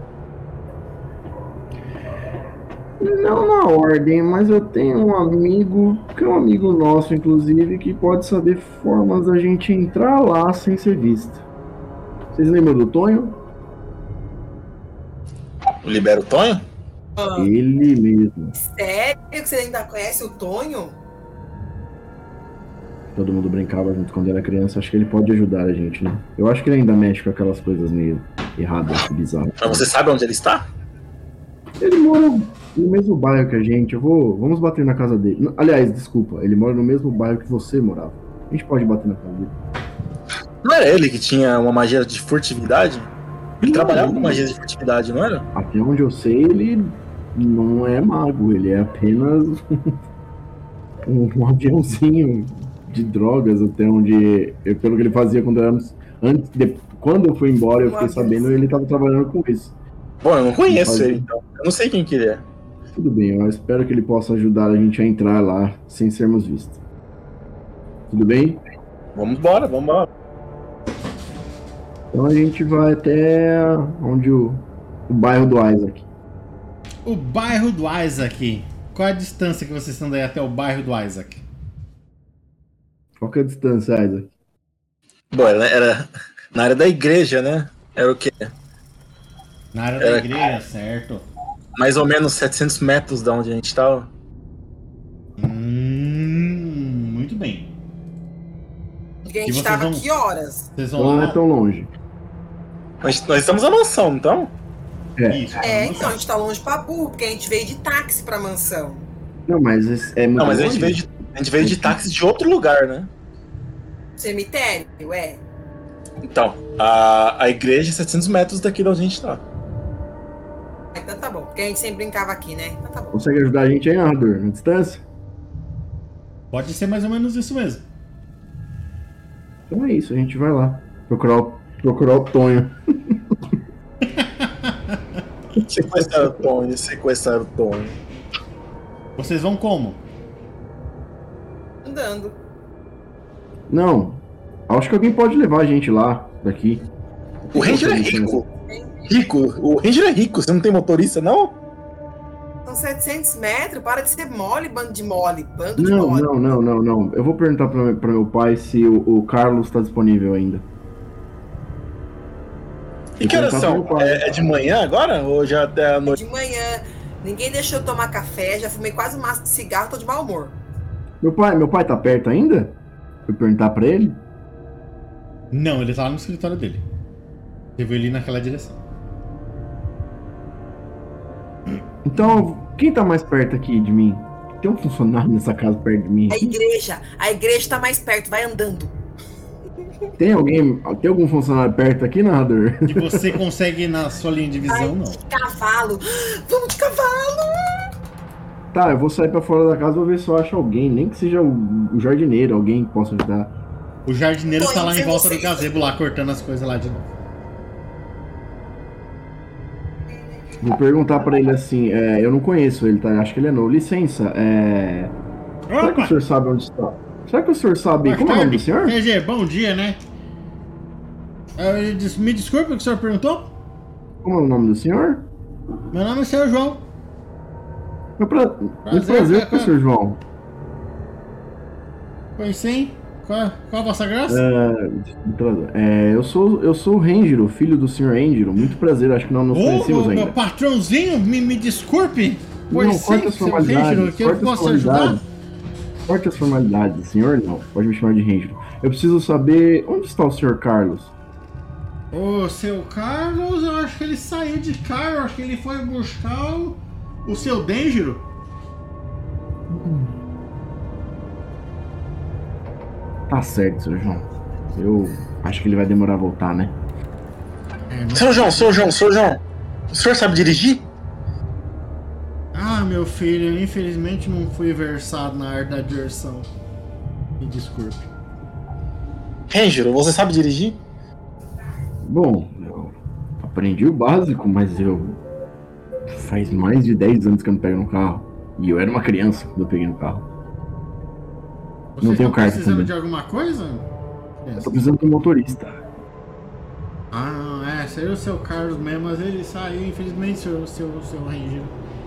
Não na ordem, mas eu tenho um amigo, que é um amigo nosso, inclusive, que pode saber formas da gente entrar lá sem ser visto. Vocês lembram do Tonho? Libera o Tonho? Ele mesmo. Sério que você ainda conhece o Tonho? Todo mundo brincava junto quando era criança. Acho que ele pode ajudar a gente, né? Eu acho que ele ainda mexe com aquelas coisas meio erradas, bizarras. Mas você sabe onde ele está? Ele mora no mesmo bairro que a gente. Vamos bater na casa dele. Aliás, desculpa, ele mora no mesmo bairro que você morava. A gente pode bater na casa dele. Não era ele que tinha uma magia de furtividade? Ele trabalhava com magia de furtividade, não era? Até onde eu sei, ele não é mago. Ele é apenas um aviãozinho de drogas, até onde... pelo que ele fazia quando éramos... Quando eu fui embora, eu fiquei sabendo, ele estava trabalhando com isso. Bom, eu não conheço ele, então. Eu não sei quem que ele é. Tudo bem, eu espero que ele possa ajudar a gente a entrar lá sem sermos vistos. Tudo bem? Vamos embora. Então a gente vai até onde o bairro do Isaac. O bairro do Isaac. Qual é a distância que vocês estão daí até o bairro do Isaac? Qual que é a distância, Isaac? Bom, era na área da igreja, né? Era o quê? Na área da igreja, certo. Mais ou menos 700 metros da onde a gente estava. Muito bem. Porque a gente estava aqui horas. Vocês vão Não lá? é tão longe. Nós estamos na mansão, então? Isso, Então a gente tá longe pra burro, porque a gente veio de táxi pra mansão. Não, mas é muito Não, mas a longe. gente veio de táxi de outro lugar, né? Cemitério, é. Então, a igreja é 700 metros daqui de onde a gente tá. Então tá bom, porque a gente sempre brincava aqui, né? Então tá bom. Consegue ajudar a gente aí, narrador, na distância? Pode ser mais ou menos isso mesmo. Então é isso, a gente vai lá. Procurar o Tonho. Sequestrar o Tonho. Vocês vão como? Andando. Não, acho que alguém pode levar a gente lá, daqui. O Ranger é rico. O Ranger é rico. Você não tem motorista, não? São 700 metros, para de ser mole, bando de mole. Bando de Não, mole. não. Eu vou perguntar pra meu pai se o Carlos tá disponível ainda. E que horas são? É de manhã agora? Ou já até a noite? De manhã. Ninguém deixou eu tomar café, já fumei quase um maço de cigarro, tô de mau humor. Meu pai tá perto ainda? Fui perguntar pra ele. Não, ele tá lá no escritório dele. Eu vou ali naquela direção. Então, quem tá mais perto aqui de mim? Tem um funcionário nessa casa perto de mim? A igreja tá mais perto, vai andando. Tem algum funcionário perto aqui, narrador? Que você consegue ir na sua linha de visão, não. De cavalo! Vamos de cavalo! Tá, eu vou sair pra fora da casa, vou ver se eu acho alguém, nem que seja o jardineiro, alguém que possa ajudar. O jardineiro tá lá em volta do gazebo, lá, cortando as coisas lá de novo. Vou perguntar pra ele assim, eu não conheço ele, tá? Acho que ele é novo. Licença, será que o senhor sabe onde está? Será que o senhor sabe... Como é o nome do senhor? PG, bom dia, né? Me desculpe o que o senhor perguntou? Como é o nome do senhor? Meu nome é Sr. João. Prazer, Sr. João. Pois sim. Qual a vossa graça? Eu sou o Ranger, o filho do Sr. Ranger. Muito prazer, acho que não nos conhecemos ainda. Meu patrãozinho, me desculpe. Pois não, corta as formalidades. Que eu posso ajudar? Corte as formalidades, senhor não. Pode me chamar de Ranger. Eu preciso saber onde está o Sr. Carlos. O seu Carlos, eu acho que ele saiu de carro. Eu acho que ele foi buscar o seu Dangero. Tá certo, Sr. João. Eu acho que ele vai demorar a voltar, né? Sr. João, o senhor sabe dirigir? Ah, meu filho, eu infelizmente não fui versado na arte da direção. Me desculpe. Ranger, você sabe dirigir? Bom, eu aprendi o básico, mas faz mais de 10 anos que eu não pego no carro. E eu era uma criança quando eu peguei no carro. Não tenho carta precisando também. de alguma coisa? Eu tô precisando de um motorista. Ah, seria o seu Carlos mesmo, mas ele saiu, infelizmente, seu Ranger.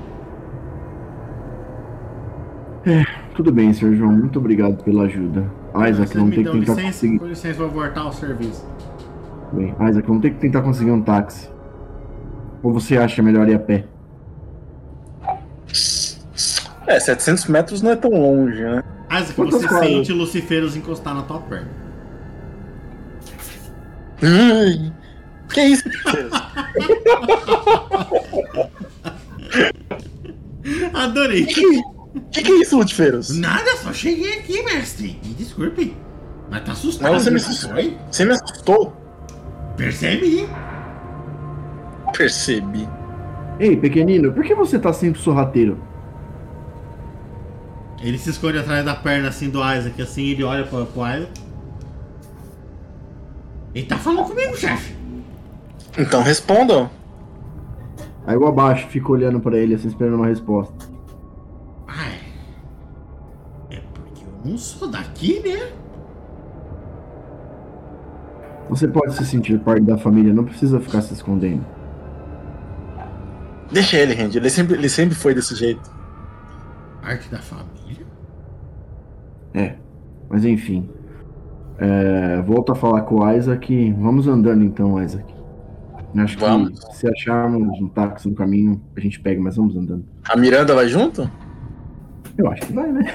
Tudo bem, Sr. João. Muito obrigado pela ajuda. Isaac, vamos ter que tentar conseguir... Com licença, vou voltar ao serviço. Bem, Isaac, vamos ter que tentar conseguir um táxi. Ou você acha melhor ir a pé? 700 metros não é tão longe, né? Isaac, você sente Lucifeiros encostar na tua perna. Que isso? Adorei. Que é isso, Lucifeiros? Nada, só cheguei aqui, mestre. Me desculpe. Mas tá assustado. Não, você me assustou. Percebi. Ei, pequenino, por que você tá sempre sorrateiro? Ele se esconde atrás da perna assim do Isaac, assim, ele olha pro Isaac. Ele tá falando comigo, chefe. Então responda. Aí eu abaixo, fico olhando pra ele, assim, esperando uma resposta. Ai, é porque eu não sou daqui, né? Você pode se sentir parte da família, não precisa ficar se escondendo. Deixa ele, Randy, ele sempre foi desse jeito. Parte da família? Mas enfim. Volto a falar com o Isaac. Vamos andando então, Isaac. Acho que se acharmos um táxi no caminho, a gente pega, mas vamos andando. A Miranda vai junto? Eu acho que vai, né?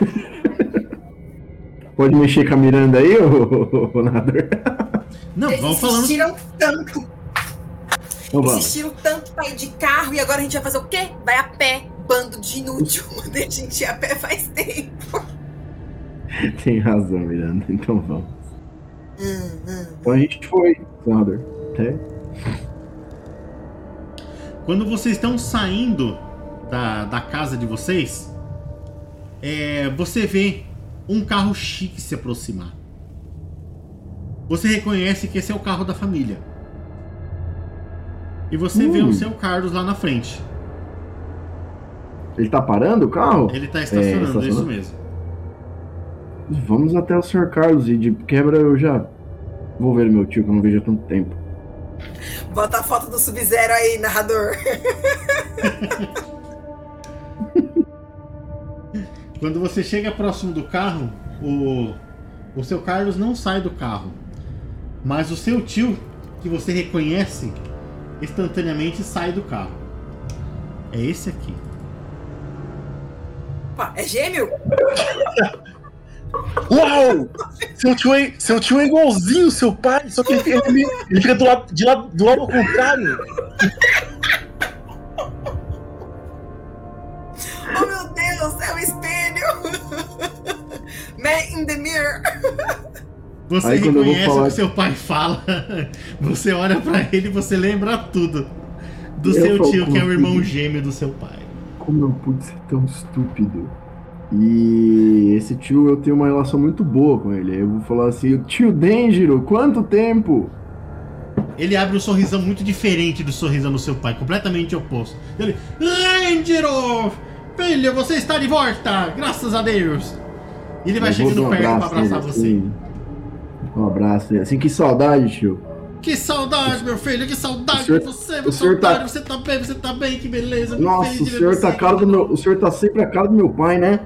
Pode mexer com a Miranda aí, ô narrador? Não, vamos falando. Insistiram tanto pra ir de carro e agora a gente vai fazer o quê? Vai a pé, bando de inútil. Mandei a gente ir a pé faz tempo. Tem razão, Miranda. Então vamos. Então a gente foi, narrador. Quando vocês estão saindo da casa de vocês, você vê um carro chique se aproximar. Você reconhece que esse é o carro da família. E você vê o seu Carlos lá na frente. Ele tá parando o carro? Ele tá estacionando, isso mesmo. Vamos até o Sr. Carlos e de quebra eu já vou ver meu tio, que eu não vejo há tanto tempo. Bota a foto do Sub-Zero aí, narrador. Quando você chega próximo do carro, o seu Carlos não sai do carro. Mas o seu tio, que você reconhece, instantaneamente sai do carro. É esse aqui. Opa, é gêmeo? Uau! Seu tio é igualzinho ao seu pai, só que ele fica do lado ao contrário. Oh meu Deus, é o espelho! in the mirror. Você Aí, quando eu vou reconhece falar- o que seu pai fala, você olha pra ele e você lembra tudo do Eu seu falo, tio, que é o como irmão tudo. gêmeo do seu pai. Como eu pude ser tão estúpido? E esse tio, eu tenho uma relação muito boa com ele. Eu vou falar assim, tio Denjiro, quanto tempo? Ele abre um sorrisão muito diferente do sorrisão do seu pai, completamente oposto. Ele, Denjiro! Filho, você está de volta! Graças a Deus! E ele vai Eu vou chegando dar um perto pra abraço abraçar nele, você. assim. Um abraço nele. Assim, que saudade, tio. Que saudade, meu filho, que saudade O senhor- de você, o meu senhor otário. tá- Você tá bem, que beleza. muito Nossa, feliz o de ver senhor você tá a aqui cara de do novo. meu. O senhor tá sempre a cara do meu pai, né?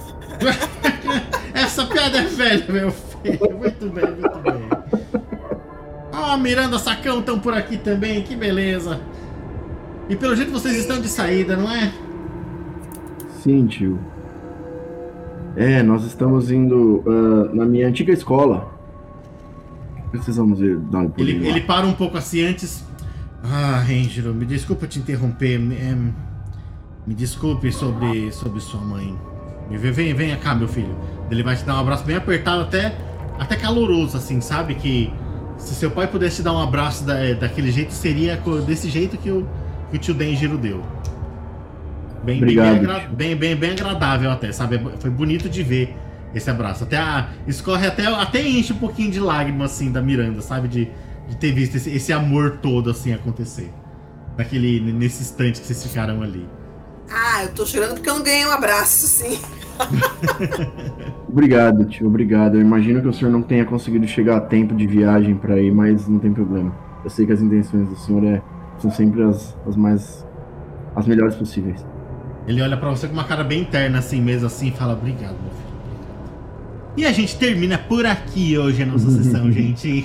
Essa piada é velha, meu filho. Muito bem, muito bem. Ah, Miranda, Sacão estão por aqui também, que beleza. E pelo jeito vocês estão de saída, não é? Sim, tio. É, nós estamos indo na minha antiga escola. Precisamos ir dar um pulinho lá. Ele para um pouco assim antes. Ah, Angelo, me desculpa te interromper. Me desculpe sobre sua mãe. Venha cá, meu filho. Ele vai te dar um abraço bem apertado, até caloroso, assim, sabe? Que se seu pai pudesse te dar um abraço daquele jeito, seria desse jeito que o tio Denjiro deu. Obrigado, tio. Bem agradável até, sabe? Foi bonito de ver esse abraço. Escorre até enche um pouquinho de lágrima, assim, da Miranda, sabe? De ter visto esse amor todo, assim, acontecer. Nesse instante que vocês ficaram ali. Ah, eu tô chorando porque eu não ganhei um abraço, sim. Obrigado, tio. Obrigado. Eu imagino que o senhor não tenha conseguido chegar a tempo de viagem pra ir, mas não tem problema. Eu sei que as intenções do senhor são sempre as melhores possíveis. Ele olha pra você com uma cara bem interna, assim mesmo, assim, e fala: obrigado, meu filho. E a gente termina por aqui hoje a nossa sessão, gente.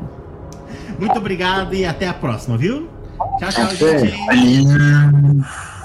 Muito obrigado e até a próxima, viu? Tchau, Até. gente.